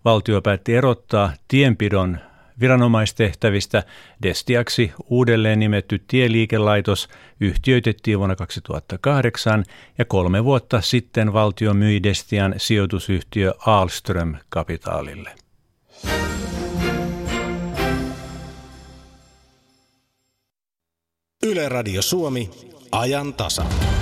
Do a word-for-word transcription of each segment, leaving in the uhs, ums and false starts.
valtio päätti erottaa tienpidon viranomaistehtävistä. Destiaksi uudelleen nimetty tieliikelaitos yhtiöitettiin vuonna kaksituhattakahdeksan ja kolme vuotta sitten valtio myi Destian sijoitusyhtiö Ahlström Capitalille. Yle Radio Suomi, ajan tasa.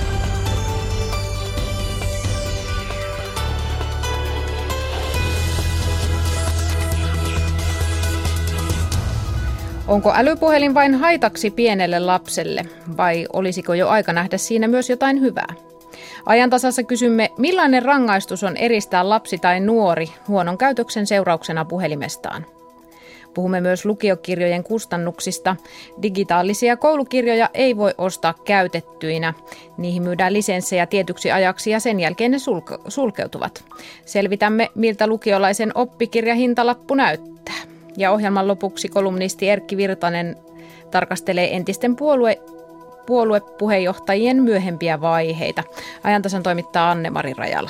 Onko älypuhelin vain haitaksi pienelle lapselle vai olisiko jo aika nähdä siinä myös jotain hyvää? Ajantasassa kysymme, millainen rangaistus on eristää lapsi tai nuori huonon käytöksen seurauksena puhelimestaan. Puhumme myös lukiokirjojen kustannuksista. Digitaalisia koulukirjoja ei voi ostaa käytettyinä. Niihin myydään lisenssejä tietyksi ajaksi ja sen jälkeen ne sulke- sulkeutuvat. Selvitämme, miltä lukiolaisen oppikirjahintalappu näyttää. Ja ohjelman lopuksi kolumnisti Erkki Virtanen tarkastelee entisten puolue, puoluepuheenjohtajien myöhempiä vaiheita. Ajantasan toimittaa Anne-Mari Rajala.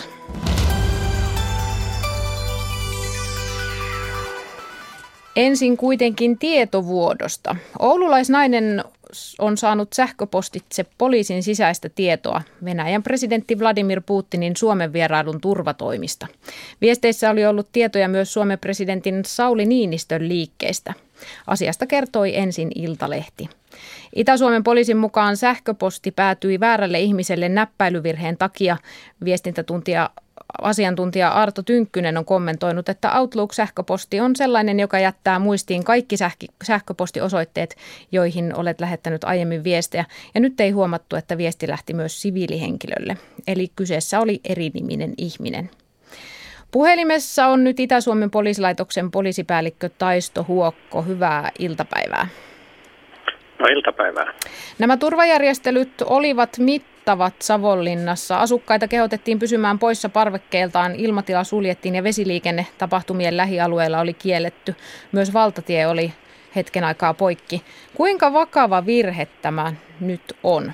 Ensin kuitenkin tietovuodosta. Oululaisnainen on saanut sähköpostitse poliisin sisäistä tietoa Venäjän presidentti Vladimir Putinin Suomen vierailun turvatoimista. Viesteissä oli ollut tietoja myös Suomen presidentin Sauli Niinistön liikkeestä. Asiasta kertoi ensin Iltalehti. Itä-Suomen poliisin mukaan sähköposti päätyi väärälle ihmiselle näppäilyvirheen takia. Viestintätuntija Asiantuntija Arto Tynkkynen on kommentoinut, että Outlook-sähköposti on sellainen, joka jättää muistiin kaikki sähköpostiosoitteet, joihin olet lähettänyt aiemmin viestejä. Ja nyt ei huomattu, että viesti lähti myös siviilihenkilölle. Eli kyseessä oli eriniminen ihminen. Puhelimessa on nyt Itä-Suomen poliisilaitoksen poliisipäällikkö Taisto Huokko. Hyvää iltapäivää. No iltapäivää. Nämä turvajärjestelyt olivat mittavat Savonlinnassa. Asukkaita kehotettiin pysymään poissa parvekkeeltaan, ilmatila suljettiin ja vesiliikenne tapahtumien lähialueilla oli kielletty. Myös valtatie oli hetken aikaa poikki. Kuinka vakava virhe tämä nyt on?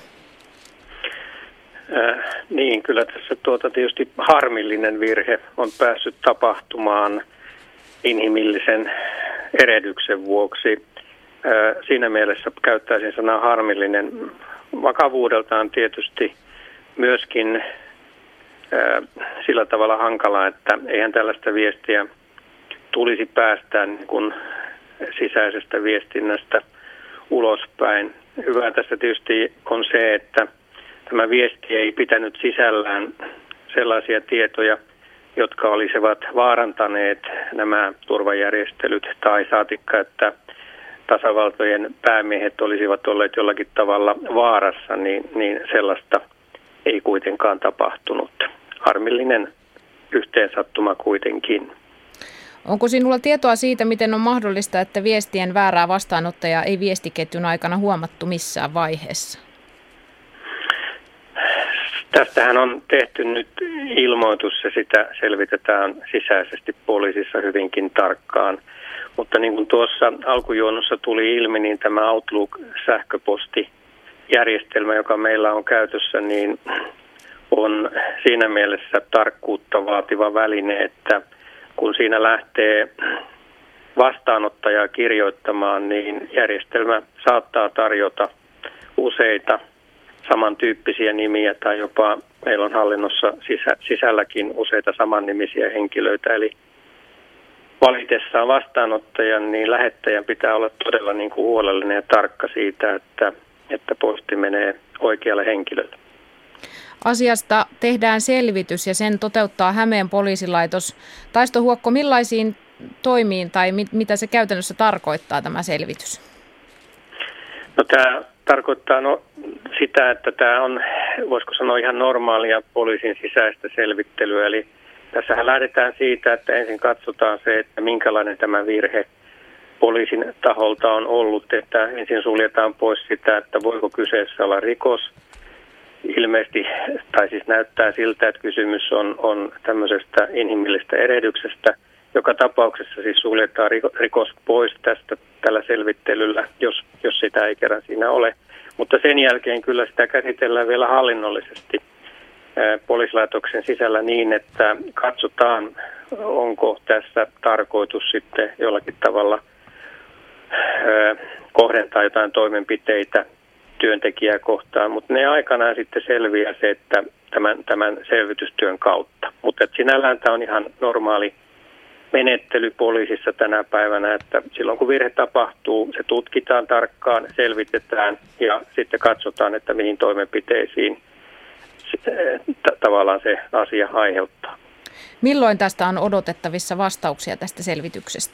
Äh, niin, kyllä tässä tuota tietysti harmillinen virhe on päässyt tapahtumaan inhimillisen erehdyksen vuoksi. Siinä mielessä käyttäisin sanaa harmillinen. Vakavuudeltaan tietysti myöskin sillä tavalla hankala, että eihän tällaista viestiä tulisi päästää niin kuin sisäisestä viestinnästä ulospäin. Hyvä tässä tietysti on se, että tämä viesti ei pitänyt sisällään sellaisia tietoja, jotka olisivat vaarantaneet nämä turvajärjestelyt tai saatikka, että tasavaltojen päämiehet olisivat olleet jollakin tavalla vaarassa, niin, niin sellaista ei kuitenkaan tapahtunut. Harmillinen yhteensattuma kuitenkin. Onko sinulla tietoa siitä, miten on mahdollista, että viestien väärää vastaanottajaa ei viestiketjun aikana huomattu missään vaiheessa? Tästähän on tehty nyt ilmoitus ja sitä selvitetään sisäisesti poliisissa hyvinkin tarkkaan. Mutta niin kuin tuossa alkujuonnossa tuli ilmi, niin tämä Outlook-sähköpostijärjestelmä, joka meillä on käytössä, niin on siinä mielessä tarkkuutta vaativa väline, että kun siinä lähtee vastaanottajaa kirjoittamaan, niin järjestelmä saattaa tarjota useita samantyyppisiä nimiä tai jopa meillä on hallinnossa sisä, sisälläkin useita samannimisiä henkilöitä, eli valitessaan vastaanottajan, niin lähettäjän pitää olla todella niin kuin huolellinen ja tarkka siitä, että, että posti menee oikealle henkilölle. Asiasta tehdään selvitys ja sen toteuttaa Hämeen poliisilaitos. Taisto Huokko, millaisiin toimiin tai mit, mitä se käytännössä tarkoittaa tämä selvitys? No, tämä tarkoittaa no, sitä, että tämä on, voisiko sanoa, ihan normaalia poliisin sisäistä selvittelyä, eli tässähän lähdetään siitä, että ensin katsotaan se, että minkälainen tämä virhe poliisin taholta on ollut, että ensin suljetaan pois sitä, että voiko kyseessä olla rikos. Ilmeisesti, tai siis näyttää siltä, että kysymys on, on tämmöisestä inhimillisestä erehdyksestä. Joka tapauksessa siis suljetaan rikos pois tästä tällä selvittelyllä, jos, jos sitä ei kerran siinä ole. Mutta sen jälkeen kyllä sitä käsitellään vielä hallinnollisesti. poliisilaitoksen sisällä niin, että katsotaan, onko tässä tarkoitus sitten jollakin tavalla kohdentaa jotain toimenpiteitä työntekijää kohtaan, mutta ne aikanaan sitten selviää se, että tämän, tämän selvitystyön kautta. Mutta sinällään tämä on ihan normaali menettely poliisissa tänä päivänä, että silloin kun virhe tapahtuu, se tutkitaan tarkkaan, selvitetään ja sitten katsotaan, että mihin toimenpiteisiin t- tavallaan se asia aiheuttaa. Milloin tästä on odotettavissa vastauksia tästä selvityksestä?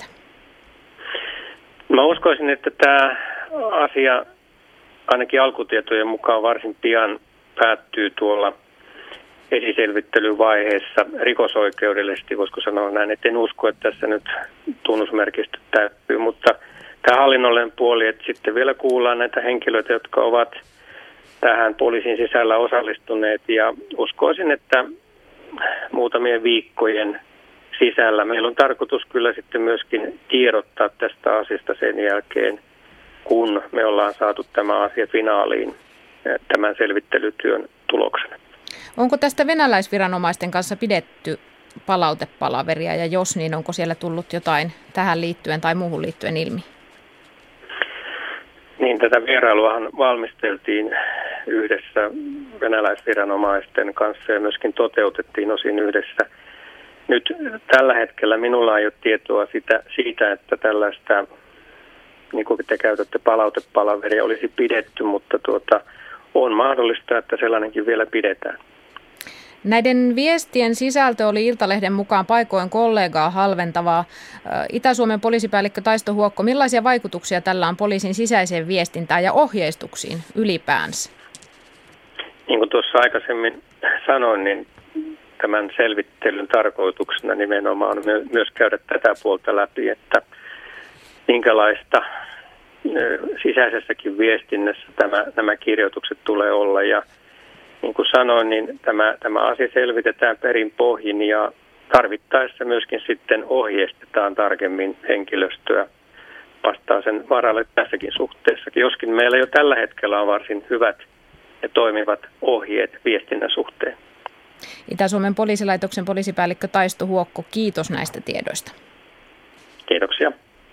Mä uskoisin, että tämä asia ainakin alkutietojen mukaan varsin pian päättyy tuolla esiselvittelyvaiheessa rikosoikeudellisesti, voisiko sanoa näin, että en usko, että tässä nyt tunnusmerkistö täyttyy, mutta tämä hallinnollinen puoli, että sitten vielä kuullaan näitä henkilöitä, jotka ovat tähän poliisin sisällä osallistuneet ja uskoisin, että muutamien viikkojen sisällä meillä on tarkoitus kyllä sitten myöskin tiedottaa tästä asiasta sen jälkeen, kun me ollaan saatu tämä asia finaaliin tämän selvittelytyön tuloksena. Onko tästä venäläisviranomaisten kanssa pidetty palautepalaveria ja jos niin, onko siellä tullut jotain tähän liittyen tai muuhun liittyen ilmi? Niin, tätä vierailuahan valmisteltiin yhdessä venäläisviranomaisten kanssa ja myöskin toteutettiin osin yhdessä. Nyt tällä hetkellä minulla ei ole tietoa sitä, siitä, että tällaista, niin kuin te käytätte, palautepalaveria olisi pidetty, mutta tuota, on mahdollista, että sellainenkin vielä pidetään. Näiden viestien sisältö oli Iltalehden mukaan paikoin kollegaa halventavaa. Itä-Suomen poliisipäällikkö Taisto Huokko, millaisia vaikutuksia tällä on poliisin sisäiseen viestintään ja ohjeistuksiin ylipäänsä? Niin kuin tuossa aikaisemmin sanoin, niin tämän selvittelyn tarkoituksena nimenomaan on myös käydä tätä puolta läpi, että minkälaista sisäisessäkin viestinnässä tämä, nämä kirjoitukset tulee olla. Ja niin kuin sanoin, niin tämä, tämä asia selvitetään perin pohjin ja tarvittaessa myöskin sitten ohjeistetaan tarkemmin henkilöstöä vastaan sen varalle tässäkin suhteessakin. Joskin meillä jo tällä hetkellä on varsin hyvät ja toimivat ohjeet viestinnän suhteen. Itä-Suomen poliisilaitoksen poliisipäällikkö Taisto Huokko, kiitos näistä tiedoista. Kiitoksia.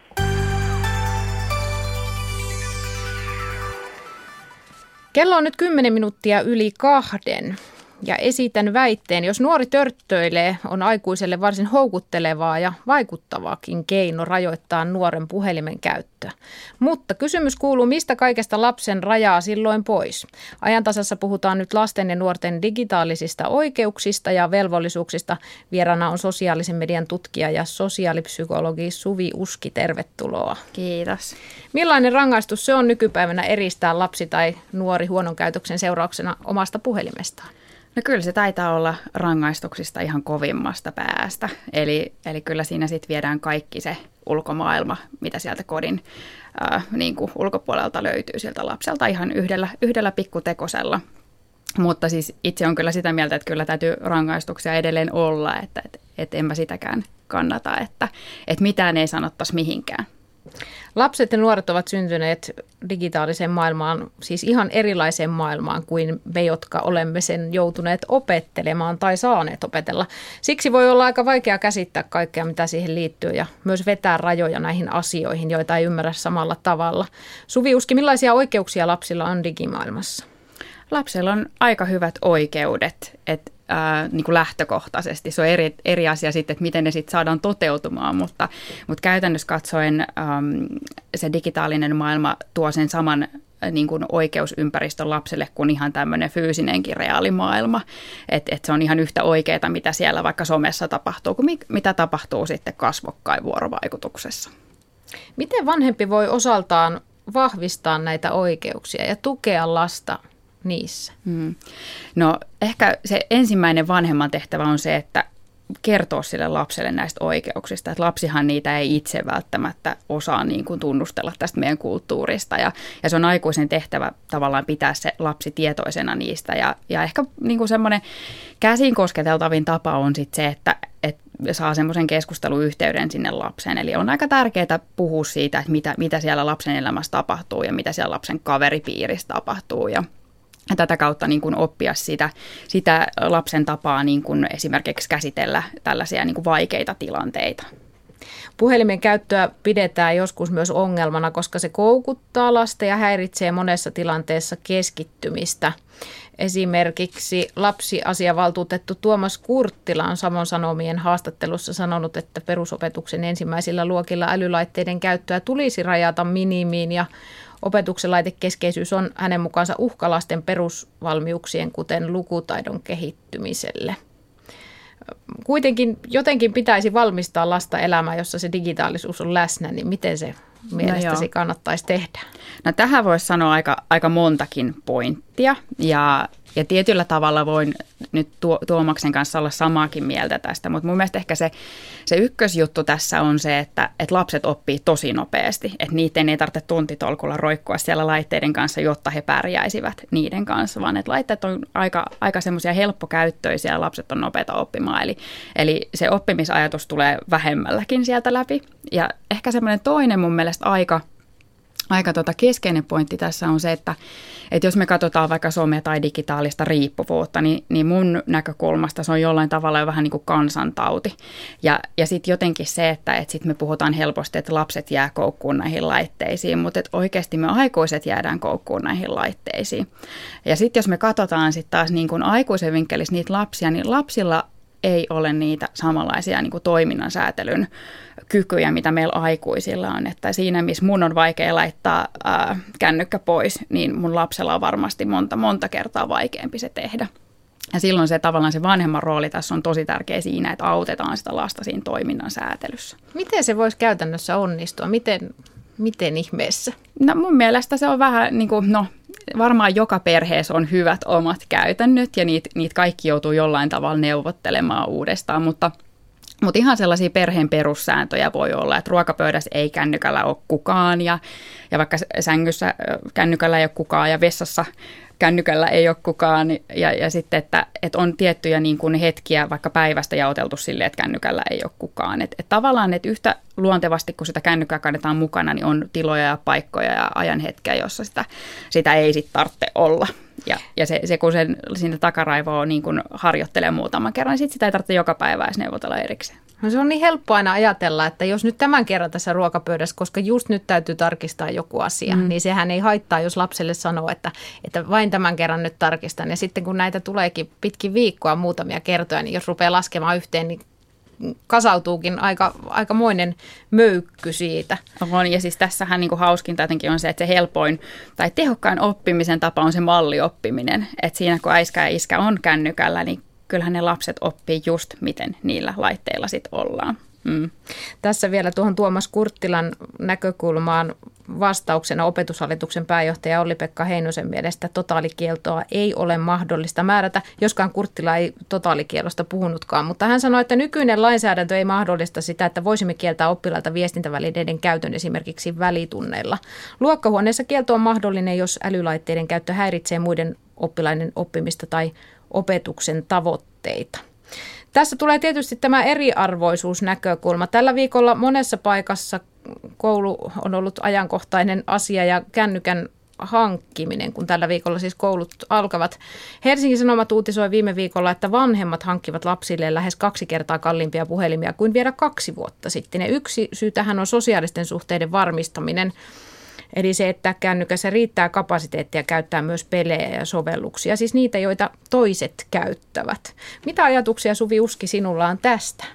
Kello on nyt kymmenen minuuttia yli kahden ja esitän väitteen, jos nuori törttöilee, on aikuiselle varsin houkuttelevaa ja vaikuttavaakin keino rajoittaa nuoren puhelimen käyttöä. Mutta kysymys kuuluu, mistä kaikesta lapsen rajaa silloin pois? Ajantasassa puhutaan nyt lasten ja nuorten digitaalisista oikeuksista ja velvollisuuksista. Vieraana on sosiaalisen median tutkija ja sosiaalipsykologi Suvi Uski. Tervetuloa. Kiitos. Millainen rangaistus se on nykypäivänä eristää lapsi tai nuori huonon käytöksen seurauksena omasta puhelimestaan? No kyllä se taitaa olla rangaistuksista ihan kovimmasta päästä. Eli, eli kyllä siinä sitten viedään kaikki se ulkomaailma, mitä sieltä kodin äh, niin kuin ulkopuolelta löytyy siltä lapselta ihan yhdellä, yhdellä pikkutekosella. Mutta siis itse on kyllä sitä mieltä, että kyllä täytyy rangaistuksia edelleen olla, että et, et en mä sitäkään kannata, että et mitään ei sanottaisi mihinkään. Lapset ja nuoret ovat syntyneet digitaaliseen maailmaan, siis ihan erilaiseen maailmaan kuin me, jotka olemme sen joutuneet opettelemaan tai saaneet opetella. Siksi voi olla aika vaikea käsittää kaikkea, mitä siihen liittyy ja myös vetää rajoja näihin asioihin, joita ei ymmärrä samalla tavalla. Suvi Uski, millaisia oikeuksia lapsilla on digimaailmassa? Lapsilla on aika hyvät oikeudet, että äh, niin kuin lähtökohtaisesti. Se on eri, eri asia sitten, että miten ne sitten saadaan toteutumaan, mutta, mutta käytännössä katsoen ähm, se digitaalinen maailma tuo sen saman äh, niin kuin oikeusympäristön lapselle kuin ihan tämmöinen fyysinenkin reaalimaailma. Että et se on ihan yhtä oikeaa, mitä siellä vaikka somessa tapahtuu, kuin mi, mitä tapahtuu sitten kasvokkain vuorovaikutuksessa. Miten vanhempi voi osaltaan vahvistaa näitä oikeuksia ja tukea lasta niissä? Hmm. No ehkä se ensimmäinen vanhemman tehtävä on se, että kertoo sille lapselle näistä oikeuksista. Että lapsihan niitä ei itse välttämättä osaa niin kuin tunnustella tästä meidän kulttuurista. Ja, ja se on aikuisen tehtävä tavallaan pitää se lapsi tietoisena niistä. Ja, ja ehkä niin kuin semmoinen käsin kosketeltavin tapa on sitten se, että, että saa semmoisen keskusteluyhteyden sinne lapseen. Eli on aika tärkeää puhua siitä, että mitä, mitä siellä lapsen elämässä tapahtuu ja mitä siellä lapsen kaveripiirissä tapahtuu. Ja ja tätä kautta niin kuin oppia sitä, sitä lapsen tapaa niin kuin esimerkiksi käsitellä tällaisia niin kuin vaikeita tilanteita. Puhelimen käyttöä pidetään joskus myös ongelmana, koska se koukuttaa lasta ja häiritsee monessa tilanteessa keskittymistä. Esimerkiksi lapsiasiavaltuutettu Tuomas Kurttila on Savon Sanomien haastattelussa sanonut, että perusopetuksen ensimmäisillä luokilla älylaitteiden käyttöä tulisi rajata minimiin ja opetuksen laitekeskeisyys on hänen mukaansa uhka lasten perusvalmiuksien, kuten lukutaidon kehittymiselle. Kuitenkin jotenkin pitäisi valmistaa lasta elämään, jossa se digitaalisuus on läsnä, niin miten se mielestäsi no kannattaisi tehdä? No tähän voisi sanoa aika, aika montakin pointtia ja, ja tietyllä tavalla voin nyt tuo, Tuomaksen kanssa olla samaakin mieltä tästä, mutta mun mielestä ehkä se, se ykkösjuttu tässä on se, että, että lapset oppii tosi nopeasti, että niiden ei tarvitse tuntitolkulla roikkua siellä laitteiden kanssa, jotta he pärjäisivät niiden kanssa, vaan että laitteet on aika, aika semmoisia helppokäyttöisiä ja lapset on nopeita oppimaan, eli, eli se oppimisajatus tulee vähemmälläkin sieltä läpi ja ehkä semmoinen toinen mun mielestä aika Aika tota keskeinen pointti tässä on se, että, että jos me katsotaan vaikka somea tai digitaalista riippuvuutta, niin, niin mun näkökulmasta se on jollain tavalla jo vähän niin kuin kansantauti. Ja, ja sitten jotenkin se, että, että sit me puhutaan helposti, että lapset jää koukkuun näihin laitteisiin, mutta että oikeasti me aikuiset jäädään koukkuun näihin laitteisiin. Ja sitten jos me katsotaan sitten taas niin kuin aikuisen vinkkelissä niitä lapsia, niin lapsilla ei ole niitä samanlaisia niin kuin toiminnan säätelyn kykyjä, mitä meillä aikuisilla on. Että siinä, missä mun on vaikea laittaa ää, kännykkä pois, niin mun lapsella on varmasti monta, monta kertaa vaikeampi se tehdä. Ja silloin se tavallaan se vanhemman rooli tässä on tosi tärkeä siinä, että autetaan sitä lasta siinä toiminnan säätelyssä. Miten se voisi käytännössä onnistua? Miten, miten ihmeessä? No mun mielestä se on vähän niin kuin, no varmaan joka perheessä on hyvät omat käytännöt ja niitä, niitä kaikki joutuu jollain tavalla neuvottelemaan uudestaan, mutta Mutta ihan sellaisia perheen perussääntöjä voi olla, että ruokapöydässä ei kännykällä ole kukaan ja, ja vaikka sängyssä kännykällä ei ole kukaan ja vessassa kännykällä ei ole kukaan. Ja, ja sitten, että, että on tiettyjä niin kuin hetkiä vaikka päivästä jaoteltu silleen, että kännykällä ei ole kukaan. Että, että tavallaan että yhtä luontevasti, kun sitä kännykkää kannetaan mukana, niin on tiloja ja paikkoja ja ajanhetkiä, jossa sitä, sitä ei sitten tarvitse olla. Ja, ja se, se, kun sen, siinä takaraivoa niin kun harjoittelee muutaman kerran, niin sit sitä ei tarvitse joka päivä edes neuvotella erikseen. No se on niin helppo aina ajatella, että jos nyt tämän kerran tässä ruokapöydässä, koska just nyt täytyy tarkistaa joku asia, mm. niin sehän ei haittaa, jos lapselle sanoo, että, että vain tämän kerran nyt tarkistan. Ja sitten kun näitä tuleekin pitkin viikkoa muutamia kertoja, niin jos rupeaa laskemaan yhteen, niin kasautuukin aika, aikamoinen möykky siitä. On, ja siis tässähän niin kuin hauskinta jotenkin on se, että se helpoin tai tehokkain oppimisen tapa on se mallioppiminen. Että siinä kun äiskä ja iskä on kännykällä, niin kyllähän ne lapset oppii just miten niillä laitteilla sitten ollaan. Mm. Tässä vielä tuohon Tuomas Kurttilan näkökulmaan vastauksena opetushallituksen pääjohtaja Olli-Pekka Heinosen mielestä totaalikieltoa ei ole mahdollista määrätä, joskaan Kurttila ei totaalikielosta puhunutkaan, mutta hän sanoi, että nykyinen lainsäädäntö ei mahdollista sitä, että voisimme kieltää oppilailta viestintävälineiden käytön esimerkiksi välitunneilla. Luokkahuoneessa kielto on mahdollinen, jos älylaitteiden käyttö häiritsee muiden oppilaiden oppimista tai opetuksen tavoitteita. Tässä tulee tietysti tämä eriarvoisuusnäkökulma. Tällä viikolla monessa paikassa koulu on ollut ajankohtainen asia ja kännykän hankkiminen, kun tällä viikolla siis koulut alkavat. Helsingin Sanomat uutisoi viime viikolla, että vanhemmat hankkivat lapsille lähes kaksi kertaa kalliimpia puhelimia kuin vielä kaksi vuotta sitten. Ja yksi syy tähän on sosiaalisten suhteiden varmistaminen. Eli se, että kännykässä riittää kapasiteettia käyttää myös pelejä ja sovelluksia, siis niitä, joita toiset käyttävät. Mitä ajatuksia, Suvi Uski, sinulla on tästä?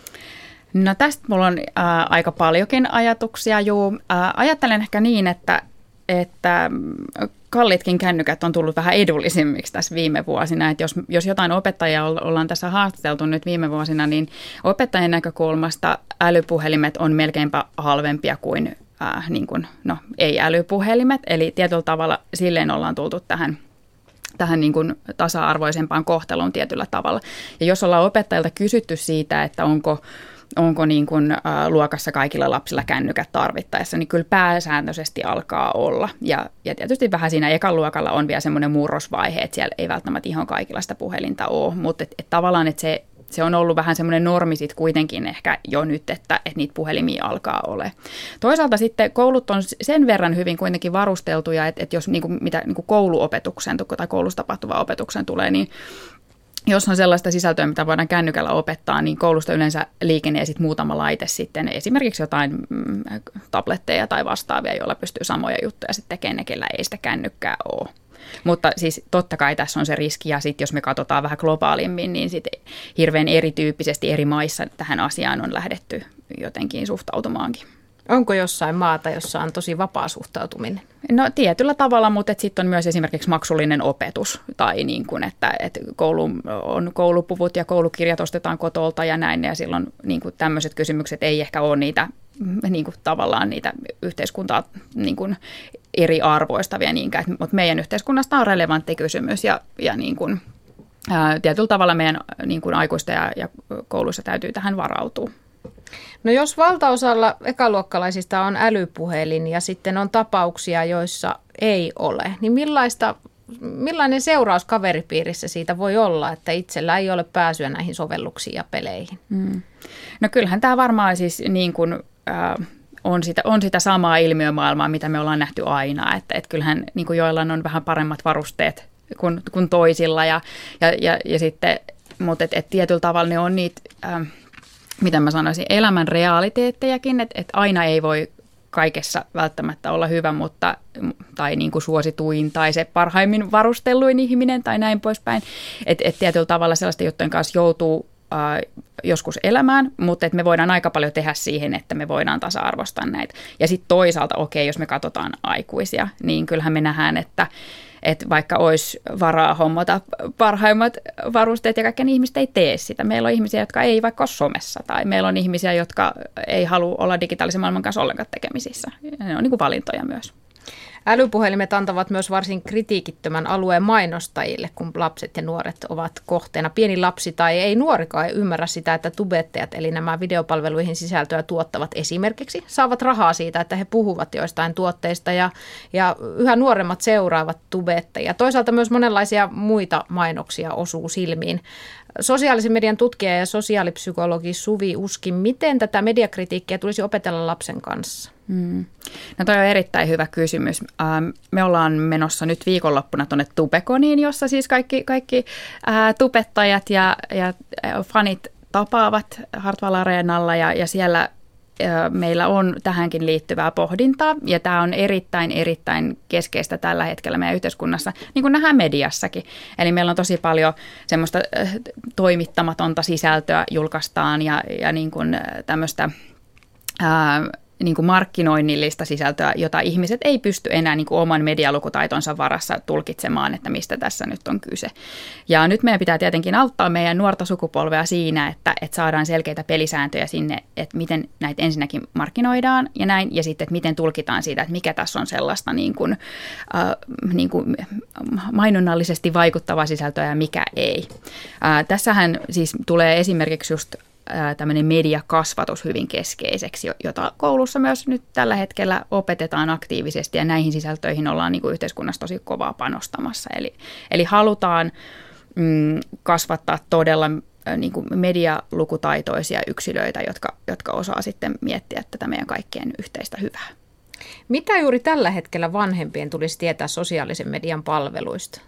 No tästä mulla on ää, aika paljonkin ajatuksia. Juu, ää, ajattelen ehkä niin, että, että kalliitkin kännykät on tullut vähän edullisimmiksi tässä viime vuosina. Että jos, jos jotain opettajia ollaan tässä haastateltu nyt viime vuosina, niin opettajien näkökulmasta älypuhelimet on melkeinpä halvempia kuin Äh, niin kuin, no, ei-älypuhelimet, eli tietyllä tavalla silleen ollaan tultu tähän, tähän niin kuin tasa-arvoisempaan kohteluun tietyllä tavalla. Ja jos ollaan opettajilta kysytty siitä, että onko, onko niin kuin, äh, luokassa kaikilla lapsilla kännykät tarvittaessa, niin kyllä pääsääntöisesti alkaa olla. Ja, ja tietysti vähän siinä ekan luokalla on vielä semmoinen murrosvaihe, että siellä ei välttämättä ihan kaikilla sitä puhelinta ole, mutta et, et tavallaan, että se se on ollut vähän semmoinen normi sit kuitenkin ehkä jo nyt, että, että niitä puhelimia alkaa ole. Toisaalta sitten koulut on sen verran hyvin kuitenkin varusteltuja, että, että jos niin kuin, mitä niin kuin kouluopetuksen tai koulussa tapahtuvaan opetuksen tulee, niin jos on sellaista sisältöä, mitä voidaan kännykällä opettaa, niin koulusta yleensä liikenee sitten muutama laite sitten, esimerkiksi jotain mm, tabletteja tai vastaavia, joilla pystyy samoja juttuja sitten tekemään ne, kellä ei sitä kännykkää ole. Mutta siis totta kai tässä on se riski, ja sitten jos me katsotaan vähän globaalimmin, niin sitten hirveän erityyppisesti eri maissa tähän asiaan on lähdetty jotenkin suhtautumaankin. Onko jossain maata, jossa on tosi vapaa suhtautuminen? No tietyllä tavalla, mutta sitten on myös esimerkiksi maksullinen opetus tai niin kuin, että, että koulu, on koulupuvut ja koulukirjat ostetaan kotolta ja näin, ja silloin niin kuin tämmöiset kysymykset ei ehkä ole niitä niin kuin tavallaan niitä yhteiskuntaa niin kuin eriarvoistavia niinkään, mutta meidän yhteiskunnasta on relevantti kysymys ja, ja niin kuin, ää, tietyllä tavalla meidän niin kuin aikuisten ja, ja kouluissa täytyy tähän varautua. No jos valtaosalla ekaluokkalaisista on älypuhelin ja sitten on tapauksia, joissa ei ole, niin millaista, millainen seuraus kaveripiirissä siitä voi olla, että itsellä ei ole pääsyä näihin sovelluksiin ja peleihin? Hmm. No kyllähän tämä varmaan siis niin kuin, äh, on, sitä, on sitä samaa ilmiömaailmaa, mitä me ollaan nähty aina, että et kyllähän niin kuin joillain on vähän paremmat varusteet kuin, kuin toisilla ja, ja, ja, ja sitten, mutta et, et tietyllä tavalla ne on niitä... Äh, miten mä sanoisin, elämän realiteettejakin, että, että aina ei voi kaikessa välttämättä olla hyvä, mutta, tai niin kuin suosituin tai se parhaimmin varustelluin ihminen tai näin poispäin. Että, että tietyllä tavalla sellaista juttujen kanssa joutuu äh, joskus elämään, mutta että me voidaan aika paljon tehdä siihen, että me voidaan tasa-arvostaa näitä. Ja sitten toisaalta, okei, okay, jos me katsotaan aikuisia, niin kyllähän me nähdään, että että vaikka olisi varaa hommata parhaimmat varusteet ja kaikki, niin ihmiset ei tee sitä. Meillä on ihmisiä, jotka ei vaikka ole somessa, tai meillä on ihmisiä, jotka ei halua olla digitaalisen maailman kanssa ollenkaan tekemisissä. Ne on niin kuin valintoja myös. Älypuhelimet antavat myös varsin kritiikittömän alueen mainostajille, kun lapset ja nuoret ovat kohteena. Pieni lapsi tai ei nuorikaan ei ymmärrä sitä, että tubettajat, eli nämä videopalveluihin sisältöä tuottavat esimerkiksi, saavat rahaa siitä, että he puhuvat joistain tuotteista ja, ja yhä nuoremmat seuraavat tubettajia. Toisaalta myös monenlaisia muita mainoksia osuu silmiin. Sosiaalisen median tutkija ja sosiaalipsykologi Suvi Uski, miten tätä mediakritiikkiä tulisi opetella lapsen kanssa? Hmm. No toi on erittäin hyvä kysymys. Ähm, me ollaan menossa nyt viikonloppuna tuonne Tubekoniin, jossa siis kaikki, kaikki äh, tubettajat ja, ja fanit tapaavat Hartwall Areenalla ja, ja siellä äh, meillä on tähänkin liittyvää pohdintaa ja tämä on erittäin, erittäin keskeistä tällä hetkellä meidän yhteiskunnassa, niin kuin nähdään mediassakin. Eli meillä on tosi paljon semmoista äh, toimittamatonta sisältöä julkaistaan ja, ja niin kuin äh, tämmöistä... Äh, niin kuin markkinoinnillista sisältöä, jota ihmiset ei pysty enää niin kuin oman medialukutaitonsa varassa tulkitsemaan, että mistä tässä nyt on kyse. Ja nyt meidän pitää tietenkin auttaa meidän nuorta sukupolvea siinä, että, että saadaan selkeitä pelisääntöjä sinne, että miten näitä ensinnäkin markkinoidaan ja näin, ja sitten, että miten tulkitaan siitä, että mikä tässä on sellaista niin kuin, äh, niin kuin mainonnallisesti vaikuttavaa sisältöä ja mikä ei. Äh, tässähän siis tulee esimerkiksi just tämmöinen mediakasvatus hyvin keskeiseksi, jota koulussa myös nyt tällä hetkellä opetetaan aktiivisesti ja näihin sisältöihin ollaan niin kuin yhteiskunnassa tosi kovaa panostamassa. Eli, eli halutaan mm, kasvattaa todella niin kuin medialukutaitoisia yksilöitä, jotka, jotka osaa sitten miettiä tätä meidän kaikkien yhteistä hyvää. Mitä juuri tällä hetkellä vanhempien tulisi tietää sosiaalisen median palveluista?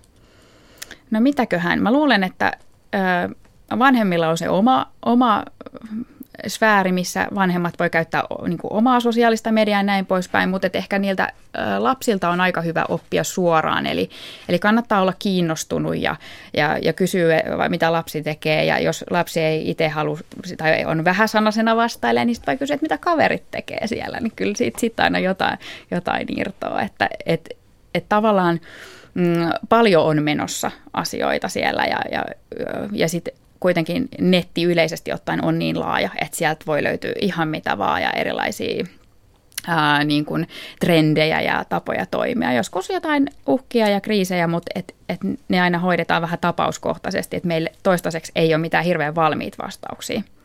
No mitäköhän? Mä luulen, että... Ö, vanhemmilla on se oma, oma sfääri, missä vanhemmat voi käyttää niin kuin omaa sosiaalista mediaa ja näin poispäin, mutta ehkä niiltä ä, lapsilta on aika hyvä oppia suoraan. Eli, eli kannattaa olla kiinnostunut ja, ja, ja kysyä, mitä lapsi tekee. Ja jos lapsi ei itse halua tai on vähäsanasena vastailee, niin sitten voi kysyä, että mitä kaverit tekee siellä. Niin kyllä siitä, siitä aina jotain, jotain irtoa. Että et, et tavallaan mm, paljon on menossa asioita siellä ja, ja, ja sitten kuitenkin netti yleisesti ottaen on niin laaja, että sieltä voi löytyä ihan mitä vaan ja erilaisia ää, niin kuin trendejä ja tapoja toimia. Joskus jotain uhkia ja kriisejä, mutta et, et ne aina hoidetaan vähän tapauskohtaisesti, että meille toistaiseksi ei ole mitään hirveän valmiita vastauksia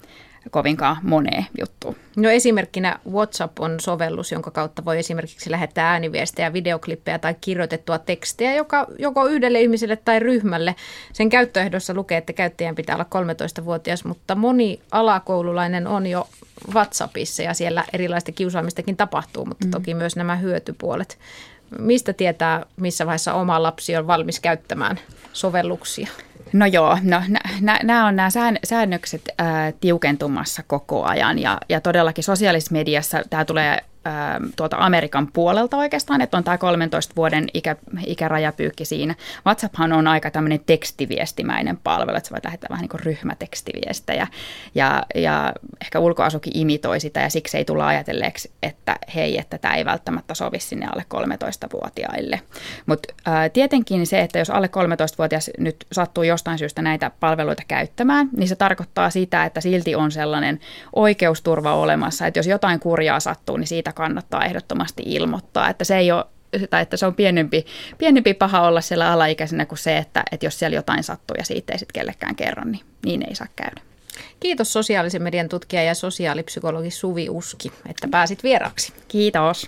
kovinkaan moneen juttuun. No esimerkkinä WhatsApp on sovellus, jonka kautta voi esimerkiksi lähettää ääniviestejä, videoklippejä tai kirjoitettua tekstejä, joka joko yhdelle ihmiselle tai ryhmälle. Sen käyttöehdossa lukee, että käyttäjän pitää olla kolmetoistavuotias, mutta moni alakoululainen on jo WhatsAppissa ja siellä erilaista kiusaamistakin tapahtuu, mutta mm. toki myös nämä hyötypuolet. Mistä tietää, missä vaiheessa oma lapsi on valmis käyttämään sovelluksia? No joo, no, nämä on nämä säännökset ää, tiukentumassa koko ajan ja, ja todellakin sosiaalisessa mediassa tämä tulee ää, tuolta Amerikan puolelta oikeastaan, että on tämä kolmentoista vuoden ikä, ikärajapyykki siinä. WhatsApphan on aika tämmöinen tekstiviestimäinen palvelu, että sä voit lähettää vähän niin kuin ryhmätekstiviestejä ja, ja ehkä ulkoasukin imitoi sitä ja siksi ei tulla ajatelleeksi, että hei, että tämä ei välttämättä sovi sinne alle kolmetoistavuotiaille. Mutta tietenkin se, että jos alle kolmetoistavuotias nyt sattuu jostain syystä näitä palveluita käyttämään, niin se tarkoittaa sitä, että silti on sellainen oikeusturva olemassa, että jos jotain kurjaa sattuu, niin siitä kannattaa ehdottomasti ilmoittaa, että se ei ole, tai että se on pienempi, pienempi paha olla siellä alaikäisenä kuin se, että, että jos siellä jotain sattuu ja siitä ei sitten kellekään kerro, niin niin ei saa käydä. Kiitos sosiaalisen median tutkija ja sosiaalipsykologi Suvi Uski, että pääsit vieraksi. Kiitos.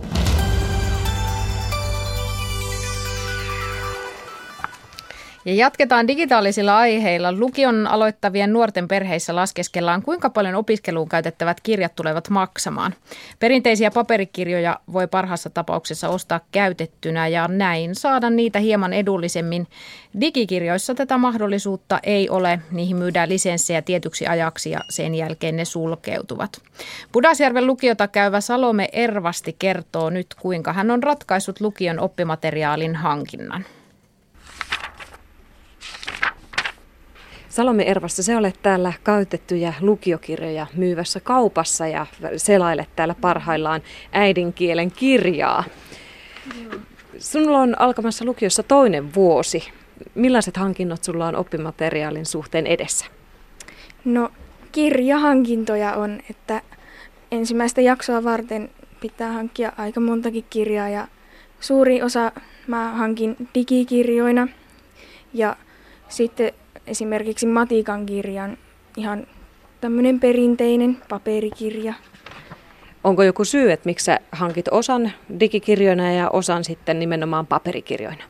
Ja jatketaan digitaalisilla aiheilla. Lukion aloittavien nuorten perheissä laskeskellaan, kuinka paljon opiskeluun käytettävät kirjat tulevat maksamaan. Perinteisiä paperikirjoja voi parhaassa tapauksessa ostaa käytettynä ja näin saada niitä hieman edullisemmin. Digikirjoissa tätä mahdollisuutta ei ole. Niihin myydään lisenssejä tietyksi ajaksi ja sen jälkeen ne sulkeutuvat. Pudasjärven lukiota käyvä Salome Ervasti kertoo nyt, kuinka hän on ratkaissut lukion oppimateriaalin hankinnan. Salome Ervasti, sä olet täällä käytettyjä lukiokirjoja myyvässä kaupassa ja selailet täällä parhaillaan äidinkielen kirjaa. Sinulla on alkamassa lukiossa toinen vuosi. Millaiset hankinnot sulla on oppimateriaalin suhteen edessä? No kirjahankintoja on, että ensimmäistä jaksoa varten pitää hankkia aika montakin kirjaa ja suuri osa mä hankin digikirjoina ja sitten esimerkiksi matikan kirjan, ihan tämmöinen perinteinen paperikirja. Onko joku syy, että miksi sä hankit osan digikirjoina ja osan sitten nimenomaan paperikirjoina?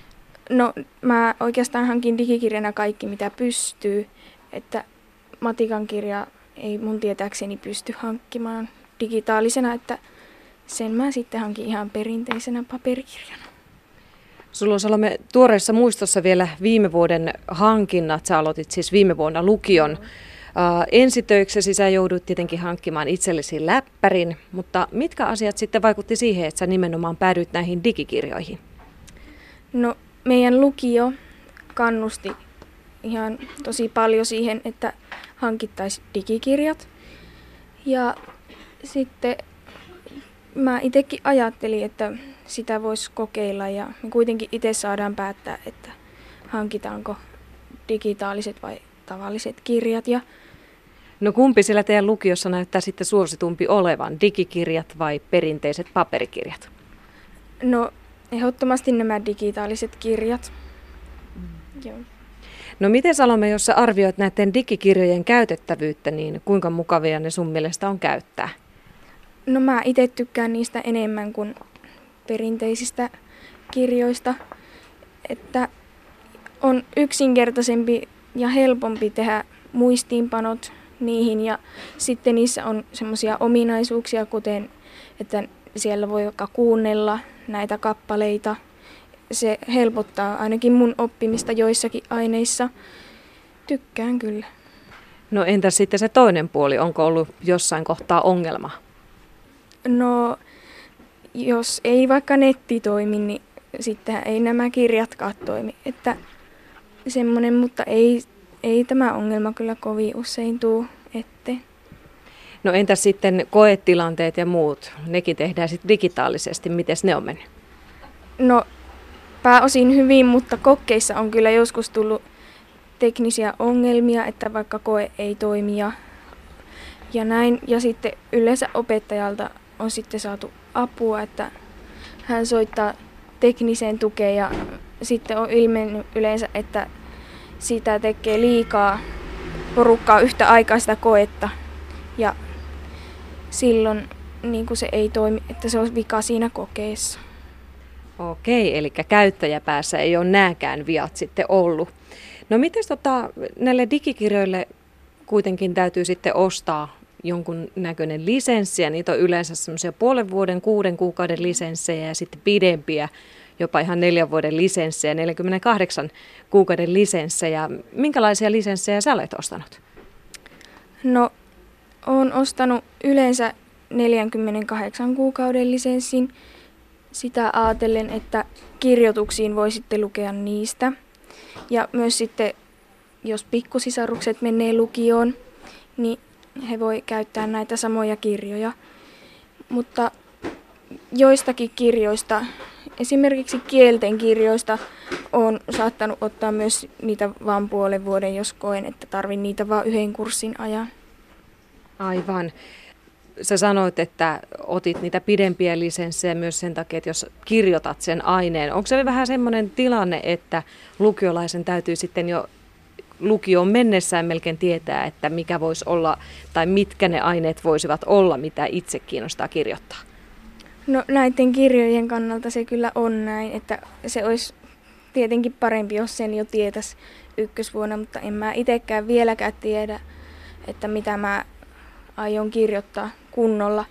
No mä oikeastaan hankin digikirjana kaikki mitä pystyy, että matikan kirja ei mun tietääkseni pysty hankkimaan digitaalisena, että sen mä sitten hankin ihan perinteisenä paperikirjana. Sulla on Salome tuoreessa muistossa vielä viime vuoden hankinnat. Sä aloitit siis viime vuonna lukion. Uh, ensitöiksesi sä joudut tietenkin hankkimaan itsellesi läppärin, mutta mitkä asiat sitten vaikutti siihen, että sä nimenomaan päädyit näihin digikirjoihin? No meidän lukio kannusti ihan tosi paljon siihen, että hankittaisiin digikirjat. Ja sitten mä itsekin ajattelin, että sitä voisi kokeilla ja me kuitenkin itse saadaan päättää, että hankitaanko digitaaliset vai tavalliset kirjat. Ja no kumpi siellä teidän lukiossa näyttää sitten suositumpi olevan, digikirjat vai perinteiset paperikirjat? No ehdottomasti nämä digitaaliset kirjat. Mm. Joo. No miten Salome, jos sä arvioit näiden digikirjojen käytettävyyttä, niin kuinka mukavia ne sun mielestä on käyttää? No mä itse tykkään niistä enemmän kuin perinteisistä kirjoista, että on yksinkertaisempi ja helpompi tehdä muistiinpanot niihin ja sitten niissä on semmoisia ominaisuuksia, kuten että siellä voi vaikka kuunnella näitä kappaleita. Se helpottaa ainakin mun oppimista joissakin aineissa. Tykkään kyllä. No entäs sitten se toinen puoli, onko ollut jossain kohtaa ongelma? No jos ei vaikka netti toimi, niin sittenhän ei nämä kirjatkaan toimi. Että semmoinen, mutta ei, ei tämä ongelma kyllä kovin usein tule eteen. No entäs sitten koetilanteet ja muut? Nekin tehdään sitten digitaalisesti. Mites ne on mennyt? No pääosin hyvin, mutta kokeissa on kyllä joskus tullut teknisiä ongelmia, että vaikka koe ei toimi ja, ja näin. Ja sitten yleensä opettajalta on sitten saatu apua, että hän soittaa tekniseen tukeen ja sitten on ilmennyt yleensä, että sitä tekee liikaa porukkaa yhtä aikaa sitä koetta. Ja silloin niin kuin se ei toimi, että se olisi vika siinä kokeessa. Okei, eli käyttäjäpäässä ei ole nääkään viat sitten ollut. No miten tota, näille digikirjoille kuitenkin täytyy sitten ostaa jonkun näköinen lisenssi, ja niitä on yleensä semmoisia puolen vuoden, kuuden kuukauden lisenssejä ja sitten pidempiä, jopa ihan neljän vuoden lisenssejä, neljäkymmentäkahdeksan kuukauden lisenssejä. Minkälaisia lisenssejä sä olet ostanut? No, olen ostanut yleensä neljäkymmentäkahdeksan kuukauden lisenssin sitä ajatellen, että kirjoituksiin voi sitten lukea niistä. Ja myös sitten, jos pikkusisarukset menee lukioon, niin he voi käyttää näitä samoja kirjoja. Mutta joistakin kirjoista, esimerkiksi kielten kirjoista, olen saattanut ottaa myös niitä vain puolen vuoden, jos koen, että tarvin niitä vain yhden kurssin ajan. Aivan. Sä sanoit, että otit niitä pidempiä lisenssejä myös sen takia, että jos kirjoitat sen aineen. Onko se vähän semmoinen tilanne, että lukiolaisen täytyy sitten jo lukioon mennessään melkein tietää, että mikä voisi olla tai mitkä ne aineet voisivat olla, mitä itse kiinnostaa kirjoittaa? No näiden kirjojen kannalta se kyllä on näin, että se olisi tietenkin parempi, jos sen jo tietäisi ykkösvuonna, mutta en mä itsekään vieläkään tiedä, että mitä mä aion kirjoittaa kunnolla.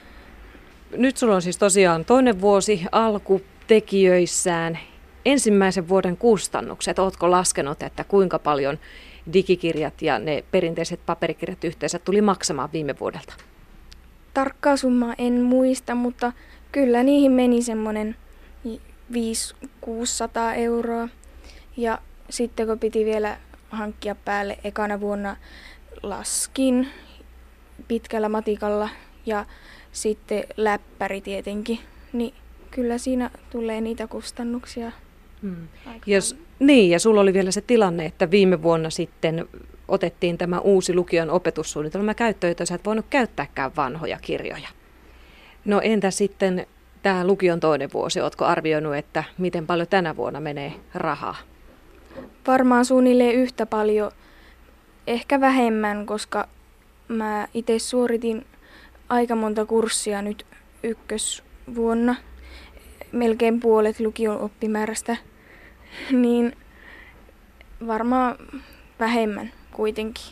Nyt sulla on siis tosiaan toinen vuosi alkutekijöissään. Ensimmäisen vuoden kustannukset, ootko laskenut, että kuinka paljon digikirjat ja ne perinteiset paperikirjat yhteensä tuli maksamaan viime vuodelta? Tarkkaa summaa en muista, mutta kyllä niihin meni semmoinen viisi kuusisataa euroa. Ja sitten kun piti vielä hankkia päälle ekana vuonna laskin pitkällä matikalla ja sitten läppäri tietenkin, niin kyllä siinä tulee niitä kustannuksia. Hmm. Jos, niin, ja sulla oli vielä se tilanne, että viime vuonna sitten otettiin tämä uusi lukion opetussuunnitelma käyttöön, jota sä et voinut käyttääkään vanhoja kirjoja. No entä sitten tämä lukion toinen vuosi? Ootko arvioinut, että miten paljon tänä vuonna menee rahaa? Varmaan suunnilleen yhtä paljon, ehkä vähemmän, koska mä itse suoritin aika monta kurssia nyt ykkösvuonna, melkein puolet lukion oppimäärästä, niin varmaan vähemmän kuitenkin.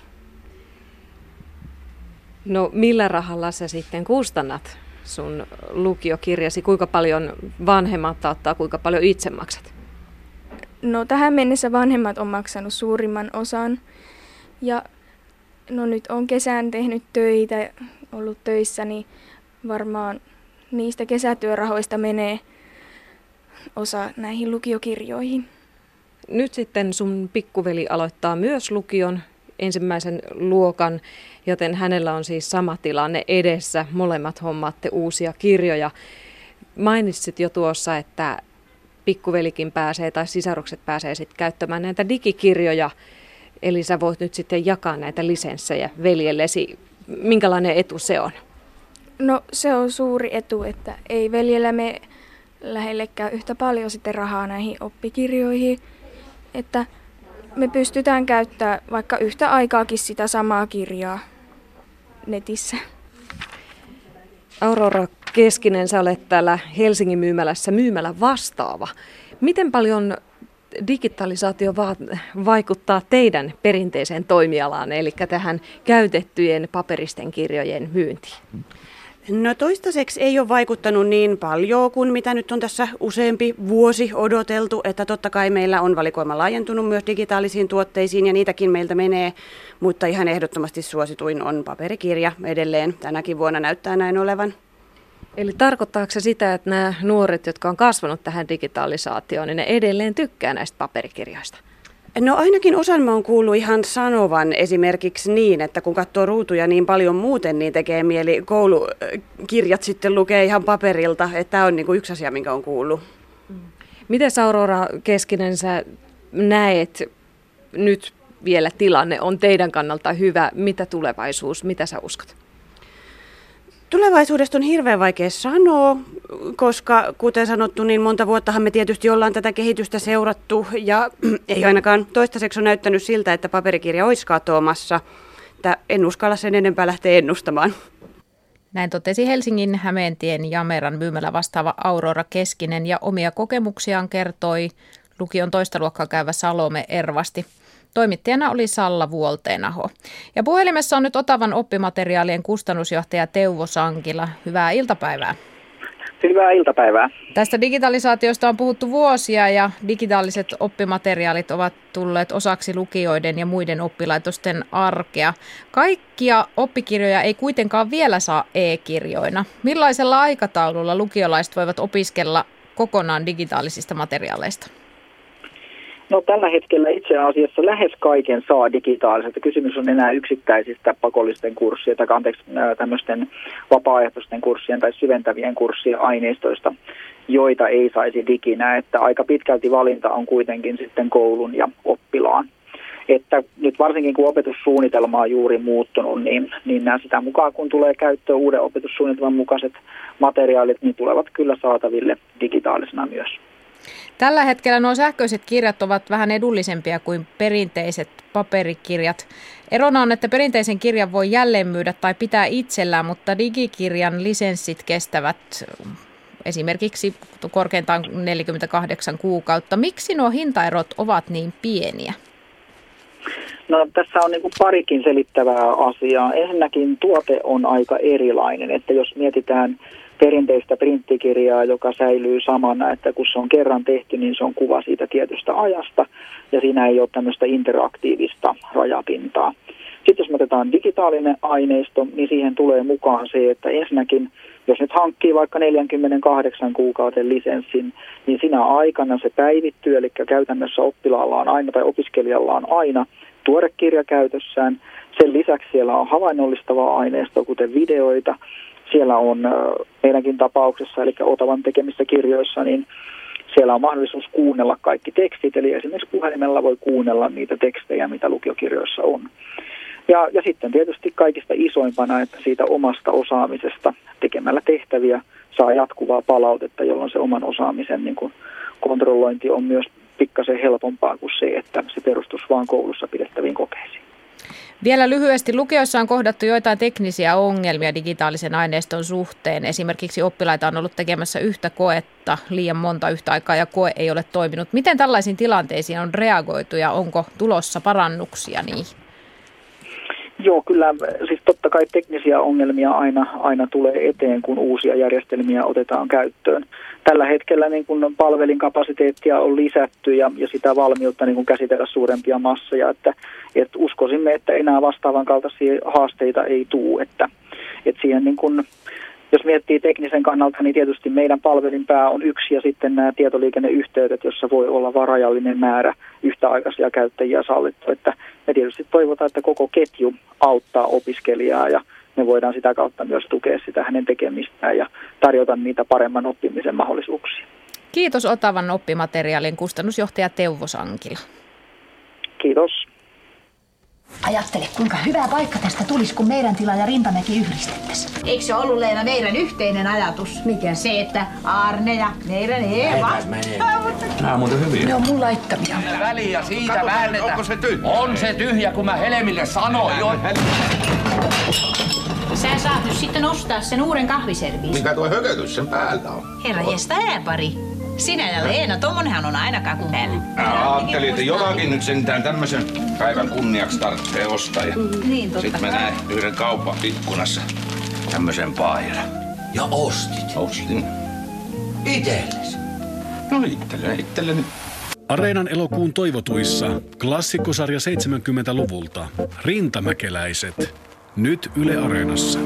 No millä rahalla sä sitten kustannat sun lukiokirjasi? Kuinka paljon vanhemmat ottaa, kuinka paljon itse maksat? No tähän mennessä vanhemmat on maksanut suurimman osan. Ja no nyt on kesän tehnyt töitä, ollut töissä, niin varmaan niistä kesätyörahoista menee osa näihin lukiokirjoihin. Nyt sitten sun pikkuveli aloittaa myös lukion ensimmäisen luokan, joten hänellä on siis sama tilanne edessä. Molemmat hommaatte uusia kirjoja. Mainitsit jo tuossa, että pikkuvelikin pääsee tai sisarukset pääsee sitten käyttämään näitä digikirjoja. Eli sä voit nyt sitten jakaa näitä lisenssejä veljellesi. Minkälainen etu se on? No se on suuri etu, että ei veljellä me lähellekään yhtä paljon sitten rahaa näihin oppikirjoihin. Että me pystytään käyttämään vaikka yhtä aikaakin sitä samaa kirjaa netissä. Aurora Keskinen, sä olet täällä Helsingin myymälässä myymälä vastaava. Miten paljon digitalisaatio vaikuttaa teidän perinteiseen toimialaan, eli tähän käytettyjen paperisten kirjojen myyntiin? No toistaiseksi ei ole vaikuttanut niin paljon kuin mitä nyt on tässä useampi vuosi odoteltu, että totta kai meillä on valikoima laajentunut myös digitaalisiin tuotteisiin ja niitäkin meiltä menee, mutta ihan ehdottomasti suosituin on paperikirja edelleen. Tänäkin vuonna näyttää näin olevan. Eli tarkoittaako se sitä, että nämä nuoret, jotka on kasvanut tähän digitalisaatioon, niin ne edelleen tykkää näistä paperikirjoista? No ainakin osan mä oon kuullut ihan sanovan esimerkiksi niin, että kun katsoo ruutuja niin paljon muuten, niin tekee mieli koulukirjat sitten lukee ihan paperilta. Että tämä on niin kuin yksi asia, minkä on kuullut. Miten Aurora Keskinen sä näet nyt vielä tilanne on teidän kannalta hyvä? Mitä tulevaisuus, mitä sä uskot? Tulevaisuudesta on hirveän vaikea sanoa, koska kuten sanottu, niin monta vuottahan me tietysti ollaan tätä kehitystä seurattu ja ei ainakaan toistaiseksi ole näyttänyt siltä, että paperikirja olisi katoamassa. Että en uskalla sen enempää lähteä ennustamaan. Näin totesi Helsingin Hämeentien Jameran myymälä vastaava Aurora Keskinen ja omia kokemuksiaan kertoi lukion toista luokkaa käyvä Salome Ervasti. Toimittajana oli Salla Vuolteenaho. Ja puhelimessa on nyt Otavan oppimateriaalien kustannusjohtaja Teuvo Sankila. Hyvää iltapäivää. Hyvää iltapäivää. Tästä digitalisaatiosta on puhuttu vuosia ja digitaaliset oppimateriaalit ovat tulleet osaksi lukioiden ja muiden oppilaitosten arkea. Kaikkia oppikirjoja ei kuitenkaan vielä saa e-kirjoina. Millaisella aikataululla lukiolaiset voivat opiskella kokonaan digitaalisista materiaaleista? No tällä hetkellä itse asiassa lähes kaiken saa digitaalisesti. Kysymys on enää yksittäisistä pakollisten kurssien tai anteeksi tämmöisten vapaaehtoisten kurssien tai syventävien kurssien aineistoista, joita ei saisi diginä. Että aika pitkälti valinta on kuitenkin sitten koulun ja oppilaan. Että nyt varsinkin kun opetussuunnitelma on juuri muuttunut, niin, niin nämä sitä mukaan kun tulee käyttöön uuden opetussuunnitelman mukaiset materiaalit, niin tulevat kyllä saataville digitaalisena myös. Tällä hetkellä nuo sähköiset kirjat ovat vähän edullisempia kuin perinteiset paperikirjat. Erona on, että perinteisen kirjan voi jälleen myydä tai pitää itsellään, mutta digikirjan lisenssit kestävät esimerkiksi korkeintaan neljäkymmentäkahdeksan kuukautta. Miksi nuo hintaerot ovat niin pieniä? No tässä on niin kuin parikin selittävää asiaa. Ensinnäkin tuote on aika erilainen, että jos mietitään perinteistä printtikirjaa, joka säilyy samana, että kun se on kerran tehty, niin se on kuva siitä tietystä ajasta ja siinä ei ole tämmöistä interaktiivista rajapintaa. Sitten jos me otetaan digitaalinen aineisto, niin siihen tulee mukaan se, että ensinnäkin, jos nyt hankkii vaikka neljäkymmentäkahdeksan kuukauden lisenssin, niin sinä aikana se päivittyy, eli käytännössä oppilaalla on aina tai opiskelijalla on aina tuore kirja käytössään. Sen lisäksi siellä on havainnollistavaa aineistoa, kuten videoita. Siellä on meidänkin tapauksessa, eli Otavan tekemissä kirjoissa, niin siellä on mahdollisuus kuunnella kaikki tekstit, eli esimerkiksi puhelimella voi kuunnella niitä tekstejä, mitä lukiokirjoissa on. Ja, ja sitten tietysti kaikista isoimpana, että siitä omasta osaamisesta tekemällä tehtäviä saa jatkuvaa palautetta, jolloin se oman osaamisen niin kuin kontrollointi on myös pikkasen helpompaa kuin se, että se perustuisi vaan koulussa pidettäviin kokeisiin. Vielä lyhyesti, lukioissa on kohdattu joitain teknisiä ongelmia digitaalisen aineiston suhteen. Esimerkiksi oppilaita on ollut tekemässä yhtä koetta liian monta yhtä aikaa ja koe ei ole toiminut. Miten tällaisiin tilanteisiin on reagoitu ja onko tulossa parannuksia niihin? Joo, kyllä siis totta kai teknisiä ongelmia aina, aina tulee eteen, kun uusia järjestelmiä otetaan käyttöön. Tällä hetkellä niin kun palvelinkapasiteettia on lisätty ja, ja sitä valmiutta niin kun käsitellä suurempia massoja, että, että uskoisimme, että enää vastaavan kaltaisia haasteita ei tule, että, että siihen niin kun, jos miettii teknisen kannalta, niin tietysti meidän palvelinpää on yksi ja sitten nämä tietoliikenneyhteydet, jossa voi olla varajallinen määrä yhtäaikaisia käyttäjiä sallittu. Että me tietysti toivotaan, että koko ketju auttaa opiskelijaa ja me voidaan sitä kautta myös tukea sitä hänen tekemistään ja tarjota niitä paremman oppimisen mahdollisuuksia. Kiitos Otavan oppimateriaalin kustannusjohtaja Teuvo Sankila. Kiitos. Ajattele, kuinka hyvä paikka tästä tulisi, kun meidän tila ja Rintamäki yhdistettäisiin. Eikö se ollut, Leena, meidän yhteinen ajatus? Mikä? Se, että Aarne ja meidän Eeva. Nämä on muuten hyviä. Ne on mun laittamia. Väliä siitä väännetään. Onko se tyhjä? On se tyhjä, kun mä Helmille sanoin. Sä saat nyt sitten ostaa sen uuden kahviserviin. Mikä tuo hökötys sen päältä on? Herra jesta ääpari. Sinä ja Leena, tommonenhan on aina kakun päällä. Mä ajattelin, että jotakin nyt sentään tämmöisen päivän kunniaksi tarvitsee ostaa. Ja niin, totta. sitten mä näin yhden kaupan ikkunassa tämmöisen paidan. Ja ostit? Ostin. Itelles? No itselleni, itselleni. Areenan elokuun toivotuissa klassikkosarja seitsemänkymmentäluvulta Rintamäkeläiset. Nyt Yle Areenassa.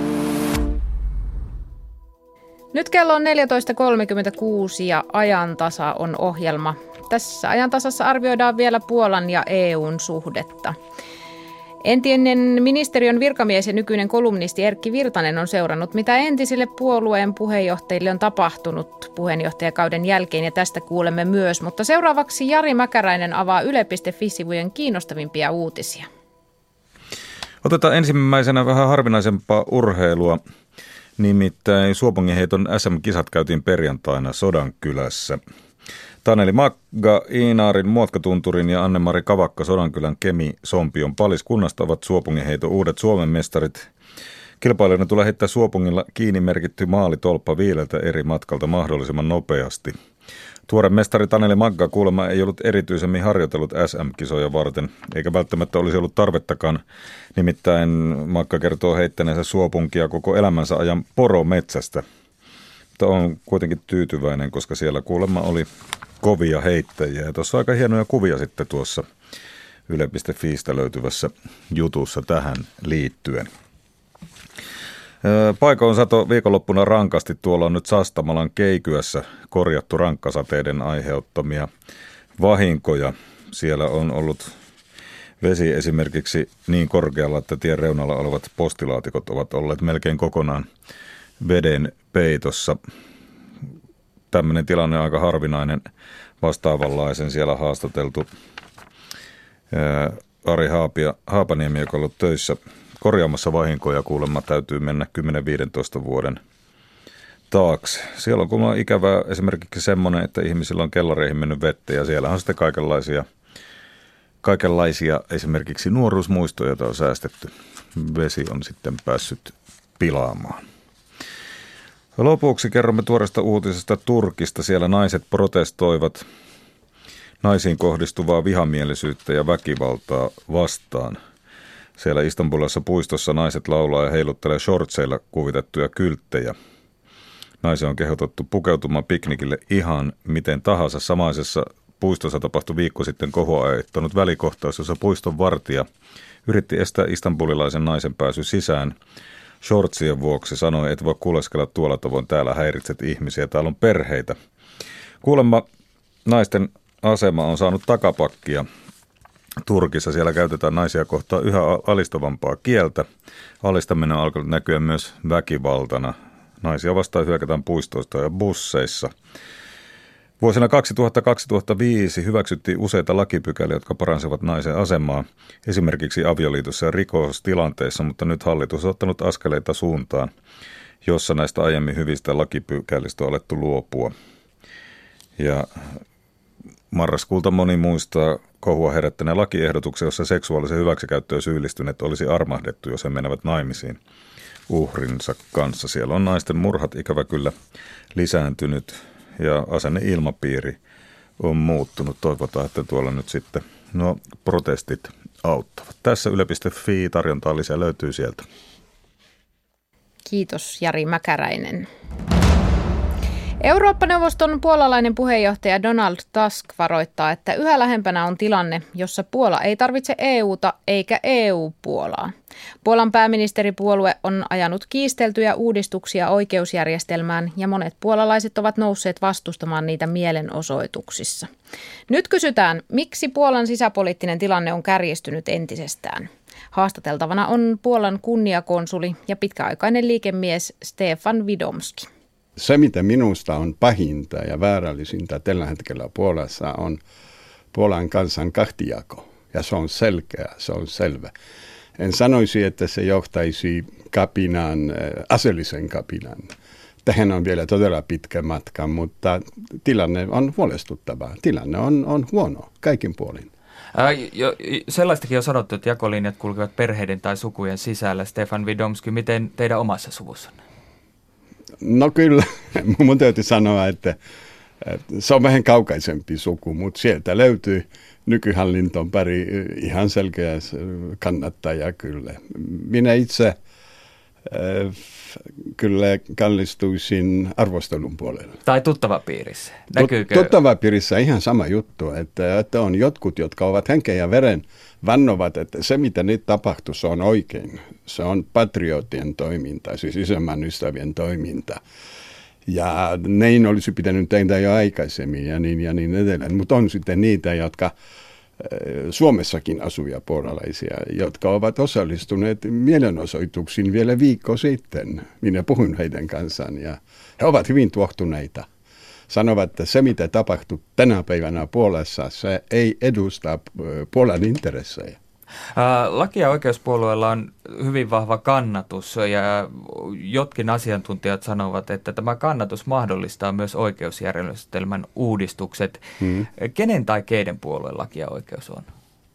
Nyt kello on neljätoista kolmekymmentäkuusi ja Ajantasa on ohjelma. Tässä Ajantasassa arvioidaan vielä Puolan ja E U:n suhdetta. Entinen ministeriön virkamies ja nykyinen kolumnisti Erkki Virtanen on seurannut, mitä entisille puolueen puheenjohtajille on tapahtunut puheenjohtajakauden jälkeen, ja tästä kuulemme myös. Mutta seuraavaksi Jari Mäkäräinen avaa yle piste fi-sivujen kiinnostavimpia uutisia. Otetaan ensimmäisenä vähän harvinaisempaa urheilua. Nimittäin Suopunginheiton äs äm-kisat käytiin perjantaina Sodankylässä. Taneli Magga, Iinaarin Muotkatunturin ja Anne-Mari Kavakka Sodankylän Kemi Sompion paliskunnasta ovat Suopunginheiton uudet Suomen mestarit. Kilpailijoiden tulee heittää Suopungilla kiinni merkitty maalitolppa viideltä eri matkalta mahdollisimman nopeasti. Tuore mestari Taneli Magga kuulemma ei ollut erityisemmin harjoitellut äs äm-kisoja varten, eikä välttämättä olisi ollut tarvettakaan. Nimittäin Magga kertoo heittäneensä Suopunkia koko elämänsä ajan porometsästä. Mutta on kuitenkin tyytyväinen, koska siellä kuulemma oli kovia heittäjiä. Ja tuossa on aika hienoja kuvia sitten tuossa yle piste fiistä löytyvässä jutussa tähän liittyen. Paikoin sato viikonloppuna rankasti. Tuolla on nyt Sastamalan Keikyässä korjattu rankkasateiden aiheuttamia vahinkoja. Siellä on ollut vesi esimerkiksi niin korkealla, että tien reunalla olevat postilaatikot ovat olleet melkein kokonaan veden peitossa. Tämmöinen tilanne on aika harvinainen. Vastaavanlaisen siellä haastateltu ää, Ari Haapia, Haapaniemi, joka on ollut töissä korjaamassa vahinkoja, kuulemma täytyy mennä kymmenen viisitoista vuoden taakse. Siellä on kuulemma ikävää esimerkiksi semmoinen, että ihmisillä on kellareihin mennyt vettä ja siellä on sitten kaikenlaisia, kaikenlaisia esimerkiksi nuoruusmuistoja, joita on säästetty. Vesi on sitten päässyt pilaamaan. Lopuksi kerromme tuoreesta uutisesta Turkista. Siellä naiset protestoivat naisiin kohdistuvaa vihamielisyyttä ja väkivaltaa vastaan. Siellä Istanbulissa puistossa naiset laulaa ja heiluttelee shortseilla kuvitettuja kylttejä. Naisia on kehotettu pukeutumaan piknikille ihan miten tahansa. Samaisessa puistossa tapahtui viikko sitten kohua aiheuttanut välikohtaus, jossa puiston vartija yritti estää istanbulilaisen naisen pääsy sisään. Shortsien vuoksi sanoi, että voi kuleskella tuolla tavoin, täällä häiritset ihmisiä, täällä on perheitä. Kuulemma naisten asema on saanut takapakkia Turkissa. Siellä käytetään naisia kohtaan yhä alistavampaa kieltä. Alistaminen on alkanut näkyä myös väkivaltana. Naisia vastaan hyökätään puistoista ja busseissa. Vuosina kaksituhatta kaksituhattaviisi hyväksyttiin useita lakipykäliä, jotka paransivat naisen asemaa, esimerkiksi avioliitossa ja rikostilanteissa, mutta nyt hallitus on ottanut askeleita suuntaan, jossa näistä aiemmin hyvistä lakipykälistä on alettu luopua. Ja marraskuulta moni muistaa kohua herättäneen lakiehdotuksen, jossa seksuaalisen hyväksikäyttöön syyllistyneet olisi armahdettu, jos he menevät naimisiin uhrinsa kanssa. Siellä on naisten murhat ikävä kyllä lisääntynyt ja asenneilmapiiri on muuttunut. Toivotaan, että tuolla nyt sitten nuo protestit auttavat. Tässä yle piste fi tarjontaa lisää löytyy sieltä. Kiitos Jari Mäkäräinen. Eurooppa-neuvoston puolalainen puheenjohtaja Donald Tusk varoittaa, että yhä lähempänä on tilanne, jossa Puola ei tarvitse E U:ta eikä E U Puolaa. Puolan pääministeripuolue on ajanut kiisteltyjä uudistuksia oikeusjärjestelmään ja monet puolalaiset ovat nousseet vastustamaan niitä mielenosoituksissa. Nyt kysytään, miksi Puolan sisäpoliittinen tilanne on kärjistynyt entisestään. Haastateltavana on Puolan kunniakonsuli ja pitkäaikainen liikemies Stefan Widomski. Se, mitä minusta on pahinta ja väärällisintä tällä hetkellä Puolassa, on Puolan kansan kahtijako. Ja se on selkeä, se on selvä. En sanoisi, että se johtaisi kapinaan, aseellisen kapinaan. Tähän on vielä todella pitkä matka, mutta tilanne on huolestuttava. Tilanne on, on huono kaikin puolin. Ää, jo, sellaistakin on sanottu, että jakolinjat kulkevat perheiden tai sukujen sisällä. Stefan Widomski, miten teidän omassa suvussanne? No kyllä, mun täytyy sanoa, että, että se on vähän kaukaisempi suku, mutta sieltä löytyy nykyhallinton pari ihan selkeä kannattaja kyllä. Minä itse äh, kyllä kallistuisin arvostelun puolelle. Tai tuttavapiirissä. Näkyykö? Tuttavapiirissä ihan sama juttu, että, että on jotkut, jotka ovat henken ja veren vannovat, että se mitä nyt tapahtuu, se on oikein. Se on patriotien toiminta, siis isänmaan ystävien toiminta. Ja näin olisi pitänyt tehdä jo aikaisemmin ja niin, ja niin edelleen. Mutta on sitten niitä, jotka Suomessakin asuvia puolalaisia, jotka ovat osallistuneet mielenosoituksiin vielä viikko sitten. Minä puhun heidän kanssaan ja he ovat hyvin tuohtuneita. Sanovat, että se mitä tapahtuu tänä päivänä Puolassa, se ei edusta Puolan intressejä. Laki- ja oikeuspuolueella on hyvin vahva kannatus ja jotkin asiantuntijat sanovat, että tämä kannatus mahdollistaa myös oikeusjärjestelmän uudistukset. Hmm. Kenen tai keiden puolueen laki ja oikeus on?